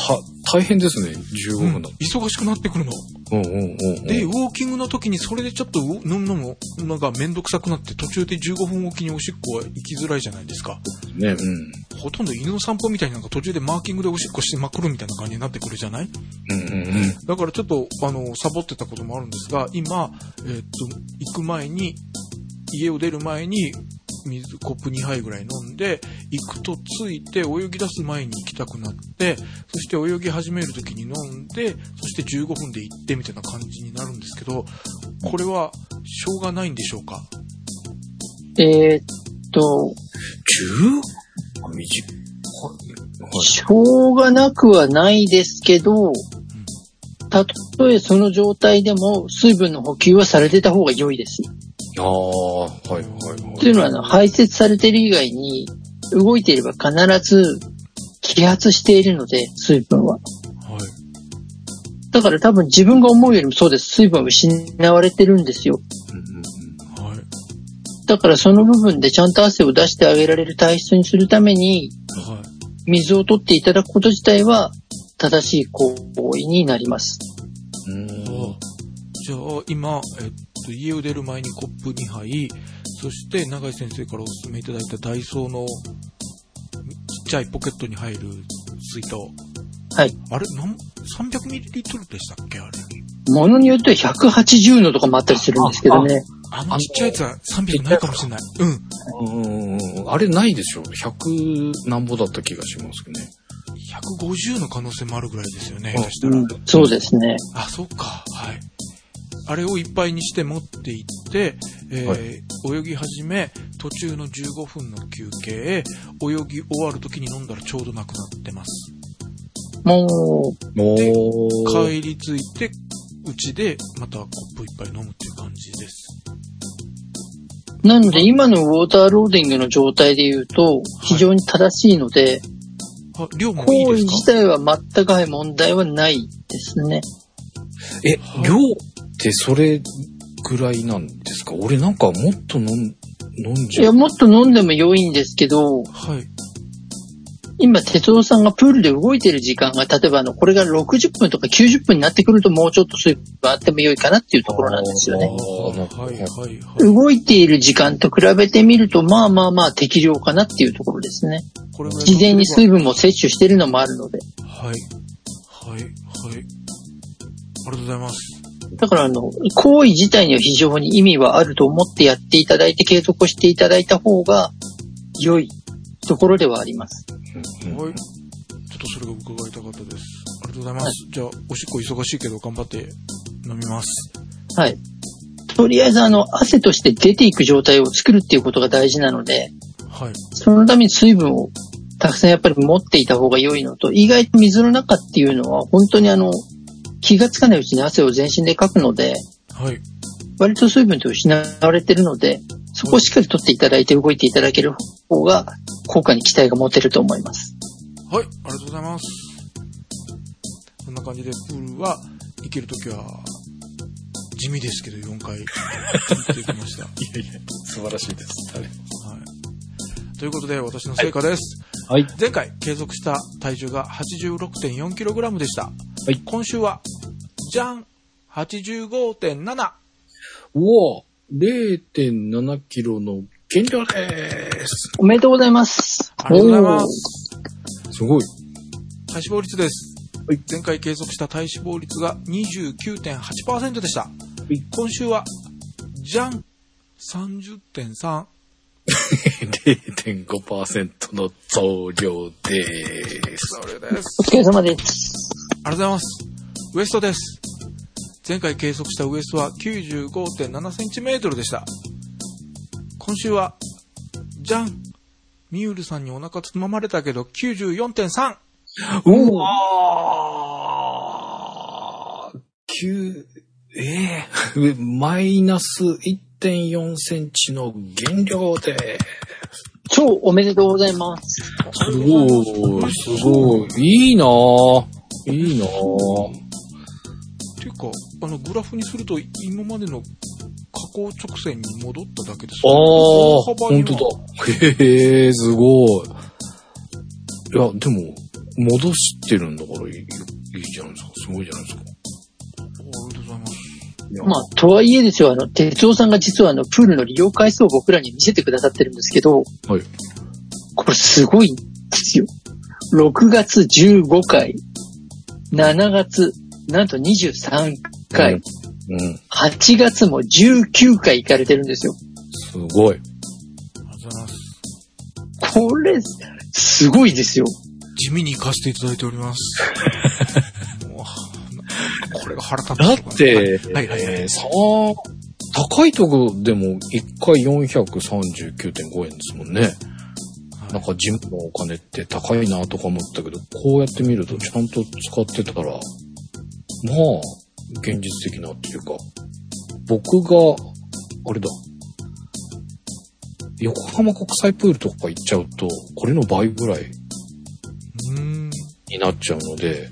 大変ですね、じゅうごふんだ、うん、 忙しくなってくるの。 うんうんうんうん、 で、ウォーキングの時にそれでちょっと飲むのも、なんかめんどくさくなって途中でじゅうごふんおきにおしっこは行きづらいじゃないですか。 ね、うん。 ほとんど犬の散歩みたいになんか途中でマーキングでおしっこしてまくるみたいな感じになってくるじゃない？ うんうんうん。 だからちょっと、あの、サボってたこともあるんですが、今、えー、っと、行く前に、家を出る前に、水コップにはいぐらい飲んで、行くとついて泳ぎ出す前に行きたくなって、そして泳ぎ始める時に飲んで、そしてじゅうごふんで行ってみたいな感じになるんですけど、これはしょうがないんでしょうか？ えー、っと、 じゅう？短い。 しょうがなくはないですけど、たとえその状態でも水分の補給はされてた方が良いです。 ああ、はいはいはい。 というのはあの排泄されている以外に動いていれば必ず揮発しているので、水分は。はい。だから多分自分が思うよりもそうです。水分は失われてるんですよ。うんうんうん、はい。だからその部分でちゃんと汗を出してあげられる体質にするために、はい、水を取っていただくこと自体は正しい行為になります。 うん。じゃあ今、えっと、家を出る前にコップにはい、そして永井先生からお勧めいただいたダイソーのちっちゃいポケットに入る水筒。 はい。 あれ、なん さんびゃくミリリットル でしたっけあれ。 ものによってはひゃくはちじゅうのとかもあったりするんですけどね。 あ, あ, あのちっちゃいやつはさんびゃくないかもしれない。 うん。うん。あれないでしょ。ひゃくなんぼだった気がしますけどね。 ひゃくごじゅうの可能性もあるぐらいですよね。そしたら、 うん。そうですね。 あ、そうか。はい。あれをいっぱいにして持っていって、えーはい、泳ぎ始め、途中のじゅうごふんの休憩、泳ぎ終わる時に飲んだらちょうどなくなってます。 もう、 で、帰り着いて、うちでまたコップいっぱい飲むっていう感じです。 なので今のウォーターローディングの状態で言うと、非常に正しいので、 はい、量もいいですか？ 行為自体は全く問題はないですね。 え、量ってそれぐらいなんですか？俺なんかもっと飲ん、飲んじゃう。 いや、もっと飲んでも良いんですけど、はい。今、哲夫さんがプールで動いてる時間が、例えばあの、これがろくじゅっぷんとかきゅうじゅっぷんになってくるともうちょっと水分があっても良いかなっていうところなんですよね。はいはいはい。動いている時間と比べてみると、まあまあまあ適量かなっていうところですね。これ事前に水分も摂取してるのもあるので。 はい。はい。はい。ありがとうございます。 だからあの、行為自体には非常に意味はあると思ってやっていただいて継続していただいた方が良いところではあります。 はい。ちょっとそれが伺いたかったです。ありがとうございます。はい、じゃあ、おしっこ忙しいけど頑張って飲みます。 はい。とりあえずあの、汗として出ていく状態を作るっていうことが大事なので、はい。そのために水分をたくさんやっぱり持っていた方が良いのと、意外と水の中っていうのは本当にあの、気がつかないうちに汗を全身でかくので、はい。割と水分って失われてるので、そこをしっかり取っていただいて動いていただける方が効果に期待が持てると思います。 はい、ありがとうございます。こんな感じでプールは行けるときは地味ですけどよんかい行ってきました。いやいや、 素晴らしいです。はい。はいということで私の成果です。はい。前回計測した体重が はちじゅうろくてんよんキログラム でした。はい。今週はじゃん はちじゅうごてんなな。 おお、れいてんななキロの減量です。 おめでとうございます。 ありがとうございます。 すごい。 体脂肪率です。はい。前回計測した体脂肪率が にじゅうきゅうてんはちパーセント でした。はい。今週はじゃん さんじゅってんさん。 れいてんごパーセント の増量です。 それです。 お疲れ様です。 ありがとうございます。ウエストです。前回計測したウエストは きゅうじゅうごてんななセンチメートル でした。今週は、じゃんミュールさんにお腹つままれたけど きゅうじゅうよんてんさん。 うわー。きゅう、えー、マイナス いってんよんセンチの減量です。 超おめでとうございます。 すごい、すごい。いいなぁ。いいなぁ。 ていうか、あの、グラフにすると今までの下降直線に戻っただけです。 ああ、ほんとだ。へえ、すごい。いや、でも、戻してるんだから、 じゃないですか。すごいじゃないですか。 ありがとうございます。 まあ、とはいえですよ、あの、哲夫さんが実はあの、プールの利用回数を僕らに見せてくださってるんですけど、 はい。 これすごいんですよ。ろくがつじゅうごかい、しちがつ、なんとにじゅうさんかい、うんうん、はちがつもじゅうきゅうかい行かれてるんですよ。 すごい。ありがとうございます。 これ、すごいですよ。 地味に行かせていただいております。もうこれが腹立つ。 だって、 はいはいはい、 さあ、高いとこでもいっかいよんひゃくさんじゅうきゅうてんごえんですもんね。はい、なんかジムのお金って高いなとか思ったけど、こうやって見るとちゃんと使ってたら、まあ、現実的なっていうか、僕が、あれだ、横浜国際プールとか行っちゃうと、これの倍ぐらいになっちゃうので、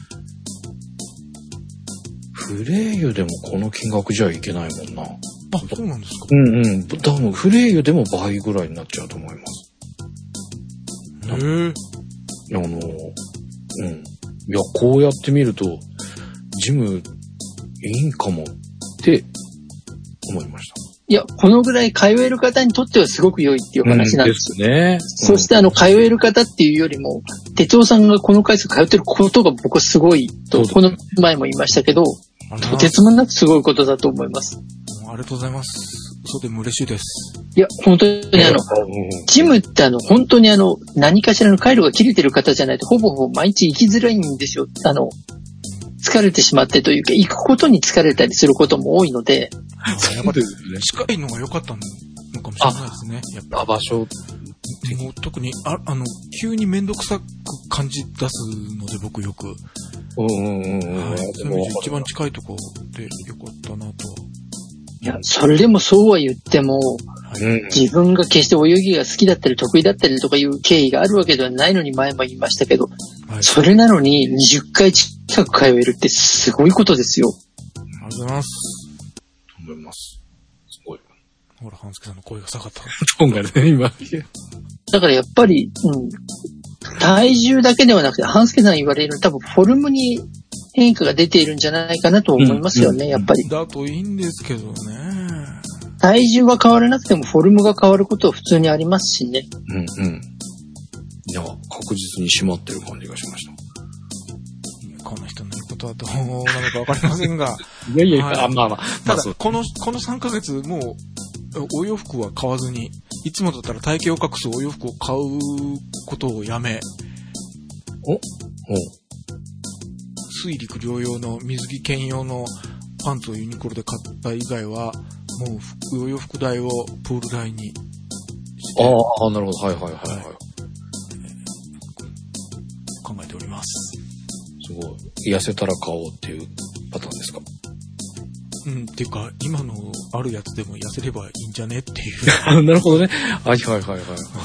フレーユでもこの金額じゃいけないもんな。 あ、そうなんですか。 うんうん。多分フレーユでも倍ぐらいになっちゃうと思います。 へぇ。 あの、うん。いや、こうやって見ると、ジムいいんかもって思いました。 いや、このぐらい通える方にとってはすごく良いっていう話なんですよ。うん、ですね。 そしてあの、通える方っていうよりも、哲夫さんがこの回数通ってることが僕はすごいと、この前も言いましたけど、とてつもなくすごいことだと思います。 ありがとうございます。そうでも嬉しいです。 いや、本当にあの、ジムってあの、本当にあの、何かしらの回路が切れてる方じゃないと、ほぼほぼ毎日行きづらいんですよ。あの、疲れてしまってというか、行くことに疲れたりすることも多いので。 そうですね。近いのが良かったのかもしれないですね。やっぱ場所。 もう特に、あ、あの、急にめんどくさく感じ出すので、僕よく。 うんうんうん。 はい。その一番近いとこで良かったなと。 いや、それでもそうは言っても、はい、自分が決して泳ぎが好きだったり得意だったりとかいう経緯があるわけではないのに前も言いましたけど、はい、それなのににじゅっかい近く通えるってすごいことですよ。 ありがとうございます。 思います。すごい。 ほら、半助さんの声が下がった。 トーンがね、今。 だからやっぱり、うん、体重だけではなくて、半助さん言われる多分フォルムに変化が出ているんじゃないかなと思いますよね、うんうん、やっぱり。 だといいんですけどね。 体重は変わらなくてもフォルムが変わることは普通にありますしね。 うんうん。いや、確実に締まってる感じがしました。 この人の言うことはどうなのかわかりませんが。 いやいや、 はい、 あまあまあ。 ただ、この、このさんかげつもう、お洋服は買わずに、いつもだったら体型を隠すお洋服を買うことをやめ、 おお水陸両用の水着兼用のパンツをユニクロで買った以外は、もうお洋服代をプール代にして。 ああ、なるほど。はいはいはい、はい、はい。 考えております。 すごい。痩せたら買おうっていうパターンですか？ うん、っていうか、今のあるやつでも痩せればいいんじゃねっていう。 なるほどね。はいはいはいはい。はい。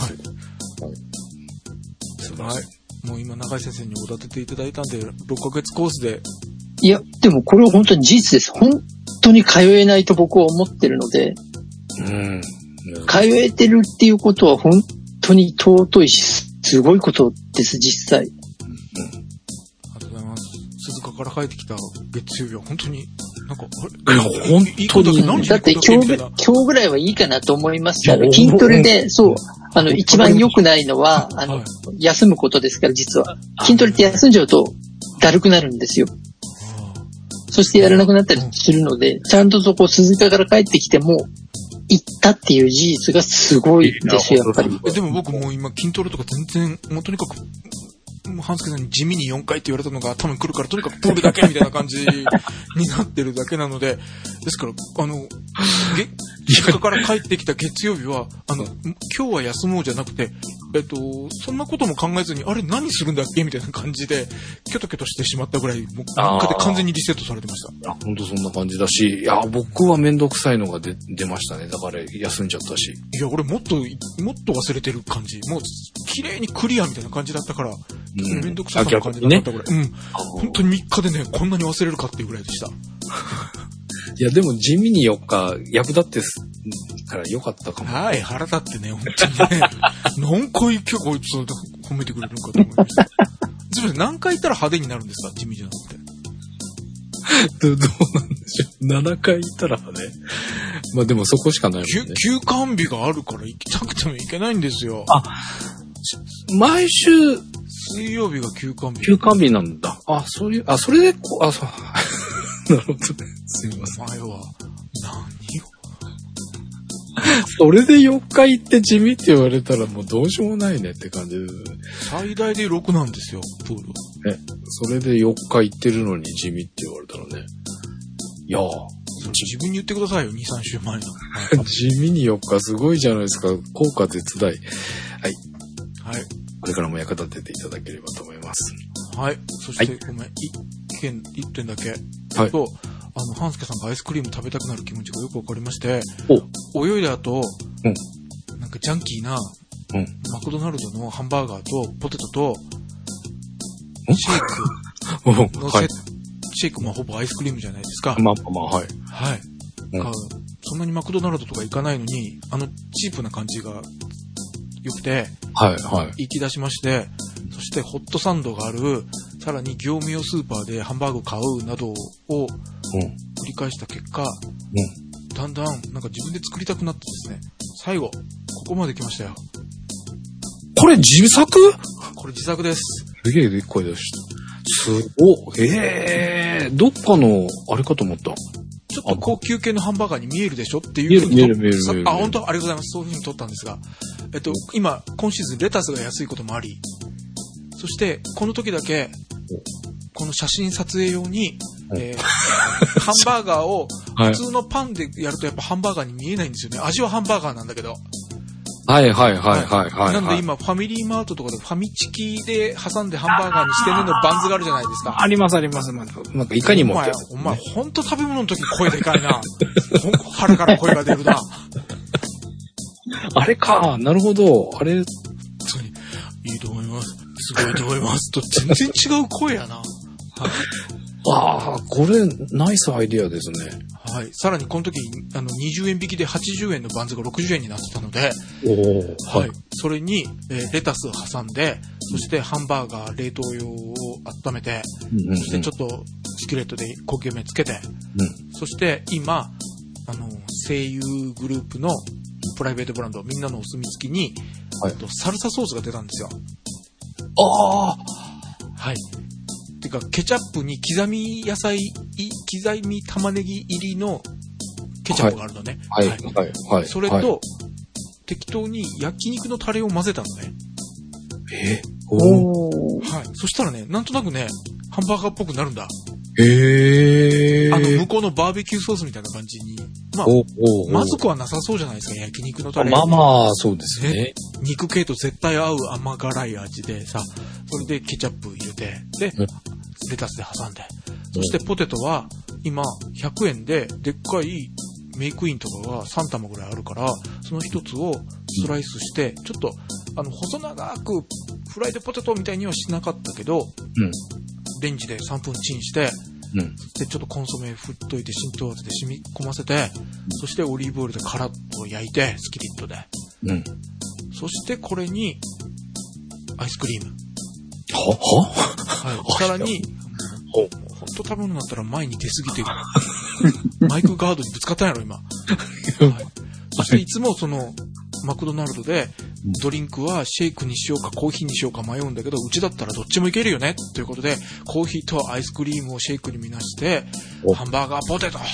はい。もう今、中井先生にお立てていただいたんで、ろっかげつコースで。 いや、でもこれは本当に事実です。本当に通えないと僕は思ってるので、 うん。 通えてるっていうことは本当に尊いし、すごいことです、実際。 うん。ありがとうございます。鈴鹿から帰ってきた月曜日は本当に、なんか、 あれ本当に何だって今日、今日ぐらいはいいかなと思いますから、筋トレで、そう、あの、一番良くないのは、あの、はい、休むことですから、実は。筋トレって休んじゃうと、だるくなるんですよ。そしてやらなくなったりするので、ちゃんとそこ、鈴鹿から帰ってきても、行ったっていう事実がすごいですよ、やっぱり。 でも僕もう今筋トレとか全然、もうとにかく、半助さんに地味によんかいって言われたのが多分来るからとにかくプールだけみたいな感じになってるだけなので、ですから、あの、実家から帰ってきた月曜日は、あの、今日は休もうじゃなくて、えっと、そんなことも考えずに、あれ何するんだっけみたいな感じで、キョトキョトしてしまったぐらい、もうみっかで完全にリセットされてました。 いや、ほんとそんな感じだし、いや、僕はめんどくさいのが出、出ましたね。だから休んじゃったし。 いや、俺もっと、もっと忘れてる感じ。もう、綺麗にクリアみたいな感じだったから、うん、めんどくささな感じだったぐらい。ね、うん。本当にみっかでね、こんなに忘れるかっていうぐらいでした。 いや、でも地味によっか、役立ってすからよかったかも。 はい、腹立ってね、本当にね。何回今日こいつ褒めてくれるのかと思いました。 すみません、何回言ったら派手になるんですか？地味じゃなくて。 ど, どうなんでしょう。ななかい行ったらね。まあでもそこしかないもんね。 休館日があるから行きたくても行けないんですよ。 あ、毎週、 水曜日が休館日。 休館日なんだ。あ、そういう、あ、それでこう、あ、そう。なるほどね。すいません。 お前は、何を。 それでよっか行って地味って言われたらもうどうしようもないねって感じです。 最大でろくなんですよ、プール。 え、それでよっか行ってるのに地味って言われたらね。いやー。 自分に言ってくださいよ、に、さんしゅうまえの。 地味によっかすごいじゃないですか。効果絶大。はい。 はい。 これからも役立てていただければと思います。 はい。そして、 はい、 ごめん、一件、一点だけ。 はい。 と、あの、半助さんがアイスクリーム食べたくなる気持ちがよくわかりまして、 お泳いだ後、 うん、 なんかジャンキーな、 うん、 マクドナルドのハンバーガーとポテトと、シェイクのセ、はい、シェイクもほぼアイスクリームじゃないですか。 まあまあまあ、はい。 はい。うん、そんなにマクドナルドとか行かないのに、あのチープな感じが良くて、 はいはい。 行き出しまして、そしてホットサンドがある、さらに業務用スーパーでハンバーグ買うなどを繰り返した結果、うん、だんだんなんか自分で作りたくなってですね、最後、ここまで来ましたよ。 これ自作？ これ自作です。 すげえ声出した。すごい。えー、どっかのあれかと思った。 ちょっと高級系のハンバーガーに見えるでしょっていう見える見える見える見える。 あ、本当ありがとうございます。そういう風に撮ったんですが、えっと、今、今シーズンレタスが安いこともあり、そして、この時だけ、この写真撮影用に、えー、ハンバーガーを普通のパンでやるとやっぱハンバーガーに見えないんですよね。味はハンバーガーなんだけど。 はいはいはいはいはい。 なんで今、ファミリーマートとかでファミチキで挟んでハンバーガーにしてねのバンズがあるじゃないですか。 ありますあります。なんかいかにも。 お前、お前、ほんと食べ物の時声でかいな。腹から声が出るな。 あれか、なるほど。あれ。 いいと思います。すごいと思います。と全然違う声やな。はい。 ああ、これ、ナイスアイディアですね。 はい。さらにこの時、あの、にじゅうえん引きではちじゅうえんのバンズがろくじゅうえんになってたので、 おー、 はい。それに、えー、レタスを挟んで、そしてハンバーガー冷凍用を温めて、うんうんうん、そしてちょっとスキレットで焦げ目つけて、うん、そして今、あの、声優グループのプライベートブランド、みんなのお墨付きに、はい、とサルサソースが出たんですよ。 ああはい。てか、ケチャップに刻み野菜、刻み玉ねぎ入りのケチャップがあるのね。 はい。はい。はい。はい、 それと、はい、適当に焼肉のタレを混ぜたのね。 えおー。はい。そしたらね、なんとなくね、ハンバーガーっぽくなるんだ。 へー。 あの、向こうのバーベキューソースみたいな感じに。まあ、おおまずくはなさそうじゃないですか、焼肉のタレ。 まあまあ、そうですね。ね肉系と絶対合う甘辛い味でさ、それでケチャップ入れて、で、レタスで挟んで。そしてポテトは、今、ひゃくえんで、でっかいメイクインとかがさん玉ぐらいあるから、その一つをスライスして、ちょっと、あの、細長く、フライドポテトみたいにはしなかったけど、うん、レンジでさんぷんチンして、うん、そしてちょっとコンソメ振っといて浸透圧で染み込ませて、うん、そしてオリーブオイルでカラッと焼いて、スキリットで。うん、そしてこれに、アイスクリーム。 はははい。さらに、ほんと食べ物になったら前に出すぎて、マイクガードにぶつかったんやろ、今。はい、そしていつもその、マクドナルドで、ドリンクはシェイクにしようかコーヒーにしようか迷うんだけど、うちだったらどっちもいけるよねということで、コーヒーとアイスクリームをシェイクにみなして、ハンバーガーポテト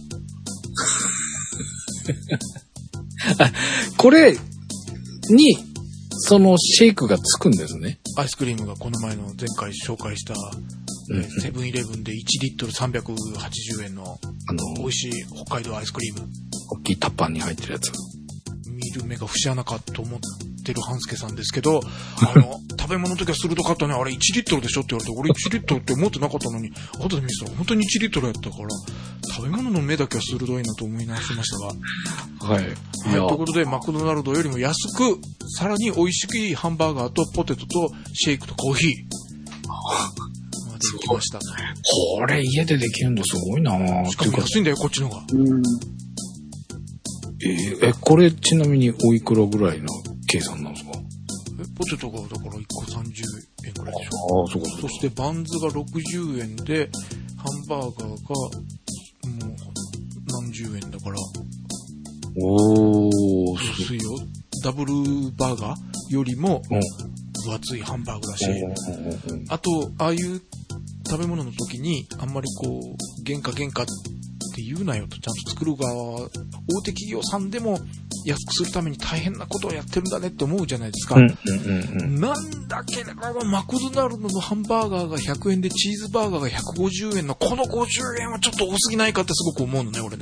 これに、そのシェイクがつくんですね。 アイスクリームがこの前の前回紹介した、セブンイレブンでいちリットルさんびゃくはちじゅうえんの、あのー、美味しい北海道アイスクリーム。 大きいタッパーに入ってるやつ。 見る目が節穴かと思ってる半助さんですけど、あの、食べ物の時は鋭かったね。あれいちリットルでしょって言われて、俺いちリットルって思ってなかったのに、後で見せたら本当にいちリットルやったから、食べ物の目だけは鋭いなと思い直しましたが。はい。はい。ということで、マクドナルドよりも安く、さらに美味しくハンバーガーとポテトとシェイクとコーヒー。までできました。 これ家でできるのすごいなぁ。 しかも安いんだよ、こっちの方が。 うんえー、え、これちなみにおいくらぐらいの計算なんですか？ え、ポテトがだからいっこさんじゅう円くらいでしょ。 ああ、そうか。 そしてバンズがろくじゅうえんで、ハンバーガーがもう何十円だから。 おー、 安いよ。ダブルバーガーよりも分厚いハンバーグだし、 うん、 あと、ああいう食べ物の時にあんまりこう、原価原価って言うなよと、ちゃんと作る側は、大手企業さんでも安くするために大変なことをやってるんだねって思うじゃないですか。 うんうんうん、 なんだけれども、マクドナルドのハンバーガーがひゃくえんでチーズバーガーがひゃくごじゅうえんのこのごじゅうえんはちょっと多すぎないかってすごく思うのね、俺ね。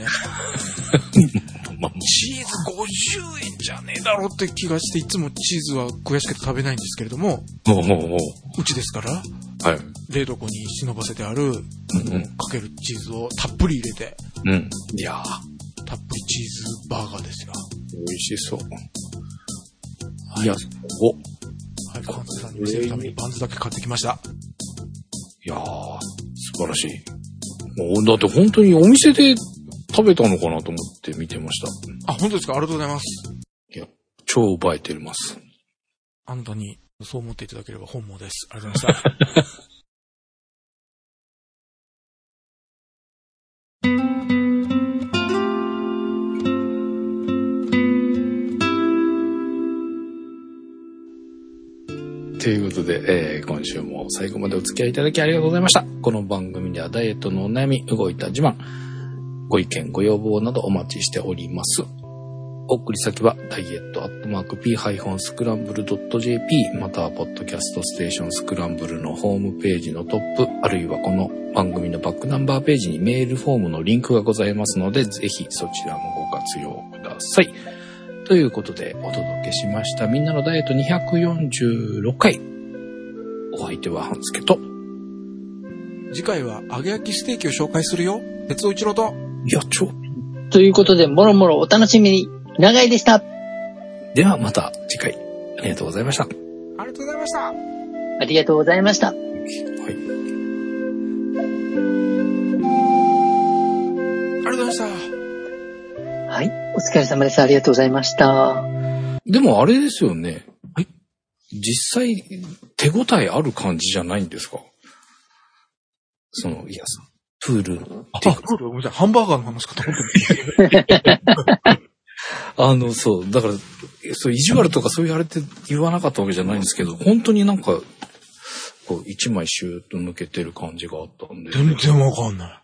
チーズごじゅうえんじゃねえだろって気がして、いつもチーズは悔しくて食べないんですけれども、 おうおうおう、 うちですから、 はい、 冷凍庫に忍ばせてある、うんうん、かけるチーズをたっぷり入れて、 うん、いやー、 たっぷりチーズバーガーですよ。 美味しそう。 はい、いや、お、はい、カンセさんに見せるためにバンズだけ買ってきました。 いやー、素晴らしい。もうだって本当にお店で食べたのかなと思って見てました。 あ、本当ですか？ありがとうございます。 いや、超映えてます。 あなたにそう思っていただければ本望です。ありがとうございました。 ということで、えー、今週も最後までお付き合いいただきありがとうございました。この番組ではダイエットのお悩み、動いた自慢、ご意見ご要望などお待ちしております。お送り先はダイエットアットマーク ピースクランブルドットジェーピー またはポッドキャストステーションスクランブルのホームページのトップ、あるいはこの番組のバックナンバーページにメールフォームのリンクがございますので、ぜひそちらもご活用ください。ということでお届けしましたみんなのダイエットにひゃくよんじゅうろっかい。お相手は半助と、 次回は揚げ焼きステーキを紹介するよ。鉄尾一郎と。 いや、ちょ。 ということで、もろもろお楽しみに。長井でした。 ではまた次回。ありがとうございました。ありがとうございました。 ありがとうございました。はい。 ありがとうございました。 はい。お疲れ様です。ありがとうございました。 でもあれですよね。 はい。 実際、手応えある感じじゃないんですか？その、いや、プール。 あ、プールごめんなさい。ハンバーガーの話かと思ってあの、そう、だから、そう、意地悪とかそういうあれって言わなかったわけじゃないんですけど、本当になんか、こう、一枚シューッと抜けてる感じがあったんで。 全然わかんない。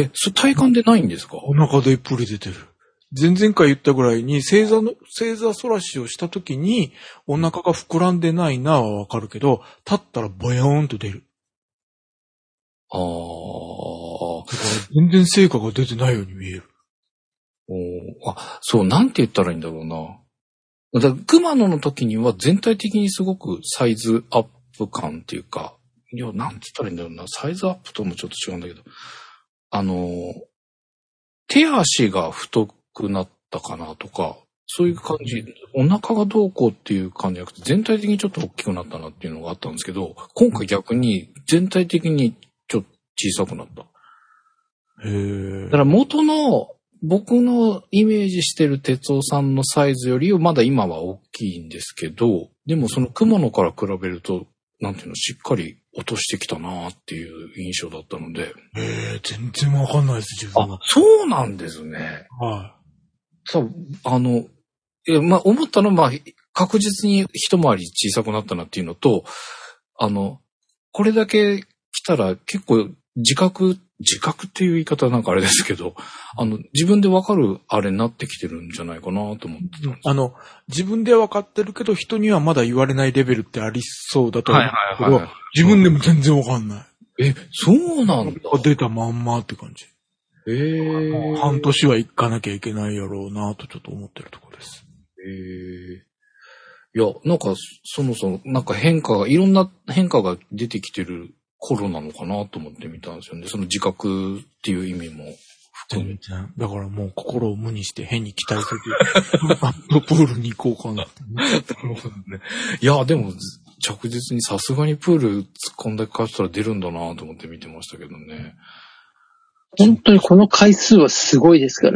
え、それ体感でないんですか？ お腹でプリ出てる。前々回言ったぐらいに、正座の、正座反らしをした時に、お腹が膨らんでないなはわかるけど、立ったらボヨーンと出る。 ああ。 だから全然成果が出てないように見える。 おあ、そう、なんて言ったらいいんだろうな。だから熊野の時には全体的にすごくサイズアップ感っていうか、いや、なんて言ったらいいんだろうな。サイズアップともちょっと違うんだけど、あの、手足が太くなったかなとか、そういう感じ、お腹がどうこうっていう感じじゃなくて、全体的にちょっと大きくなったなっていうのがあったんですけど、今回逆に全体的にちょっと小さくなった。 へー。 だから元の僕のイメージしてる哲夫さんのサイズよりはまだ今は大きいんですけど、でもその熊野から比べると、なんていうの、しっかり落としてきたなーっていう印象だったので。 へー、全然わかんないです、自分は。 あ、そうなんですね。 はい。 そう、あの、いや、まあ、思ったのは、まあ、確実に一回り小さくなったなっていうのと、あの、これだけ来たら結構自覚、自覚っていう言い方はなんかあれですけど、あの、自分でわかるあれになってきてるんじゃないかなと思ってたんです。 あの、自分ではわかってるけど、人にはまだ言われないレベルってありそうだと思うんですけど、はいはいはいはい、自分でも全然わかんない。 え、そうなんだ。 出たまんまって感じ。 えー、 半年は行かなきゃいけないやろうなとちょっと思ってるところです。 えー、いや、なんか、そもそも、なんか変化が、いろんな変化が出てきてる頃なのかなと思ってみたんですよね。その自覚っていう意味も含めて。 全然。だからもう心を無にして変に期待せず、プールに行こうかな。 いや、でも、着実にさすがにプール突っ込んでかしたら出るんだなと思って見てましたけどね。 本当にこの回数はすごいですからね。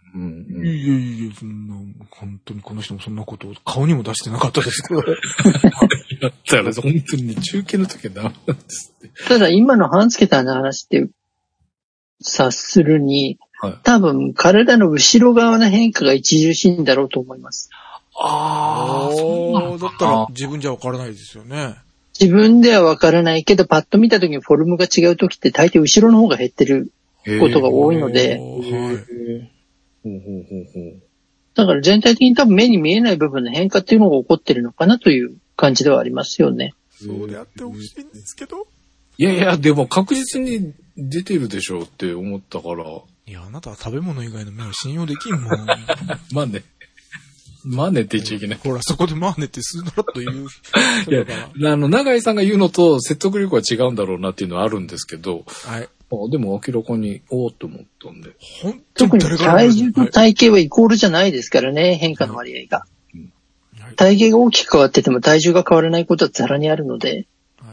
うんうん、 いやいや、そんな、本当にこの人もそんなことを顔にも出してなかったですけど。 だったら本当に中継の時はダメなんですって。 ただ今の半助さんの話って察するに、はい、多分体の後ろ側の変化が著しいんだろうと思います。 ああ、そうだったら自分じゃわからないですよね。 自分ではわからないけど、パッと見た時にフォルムが違う時って大抵後ろの方が減ってることが多いので、だから全体的に多分目に見えない部分の変化っていうのが起こってるのかなという感じではありますよね。 そうであってほしいんですけど。 いやいや、でも確実に出てるでしょうって思ったから。 いや、あなたは食べ物以外の目を信用できんもん。 まあね。マネって言っちゃいけない。 ほら、そこでマネってスードラッと言う。 いや、あの、永井さんが言うのと説得力は違うんだろうなっていうのはあるんですけど、 はい。 でも明らかに、おーって思ったんで。 本当に特に体重と体型はイコールじゃないですからね、変化の割合が。はい、体型が大きく変わってても体重が変わらないことはざらにあるので。はい。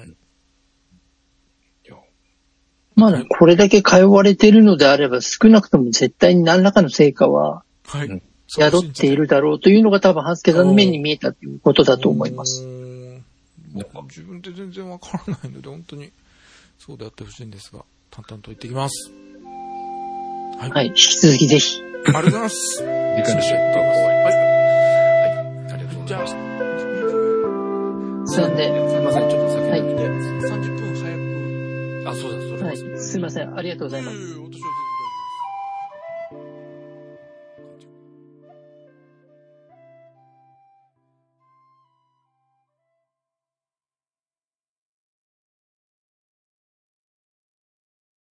まあ、これだけ通われているのであれば、少なくとも絶対に何らかの成果は、はい。宿っているだろうというのが多分、半助さんの目に見えたということだと思います。 自分で全然わからないので、本当にそうであってほしいんですが、淡々と言ってきます。 はい。はい、引き続きぜひ。 ありがとうございます。 理解しちゃった。はい。はい。ありがとうございます。 じゃあ、なんで、 すいません、ちょっと先に。 はい。さんじゅっぷん早く。 あ、そうだ、そうだ。 はい。すいません、ありがとうございます。 私は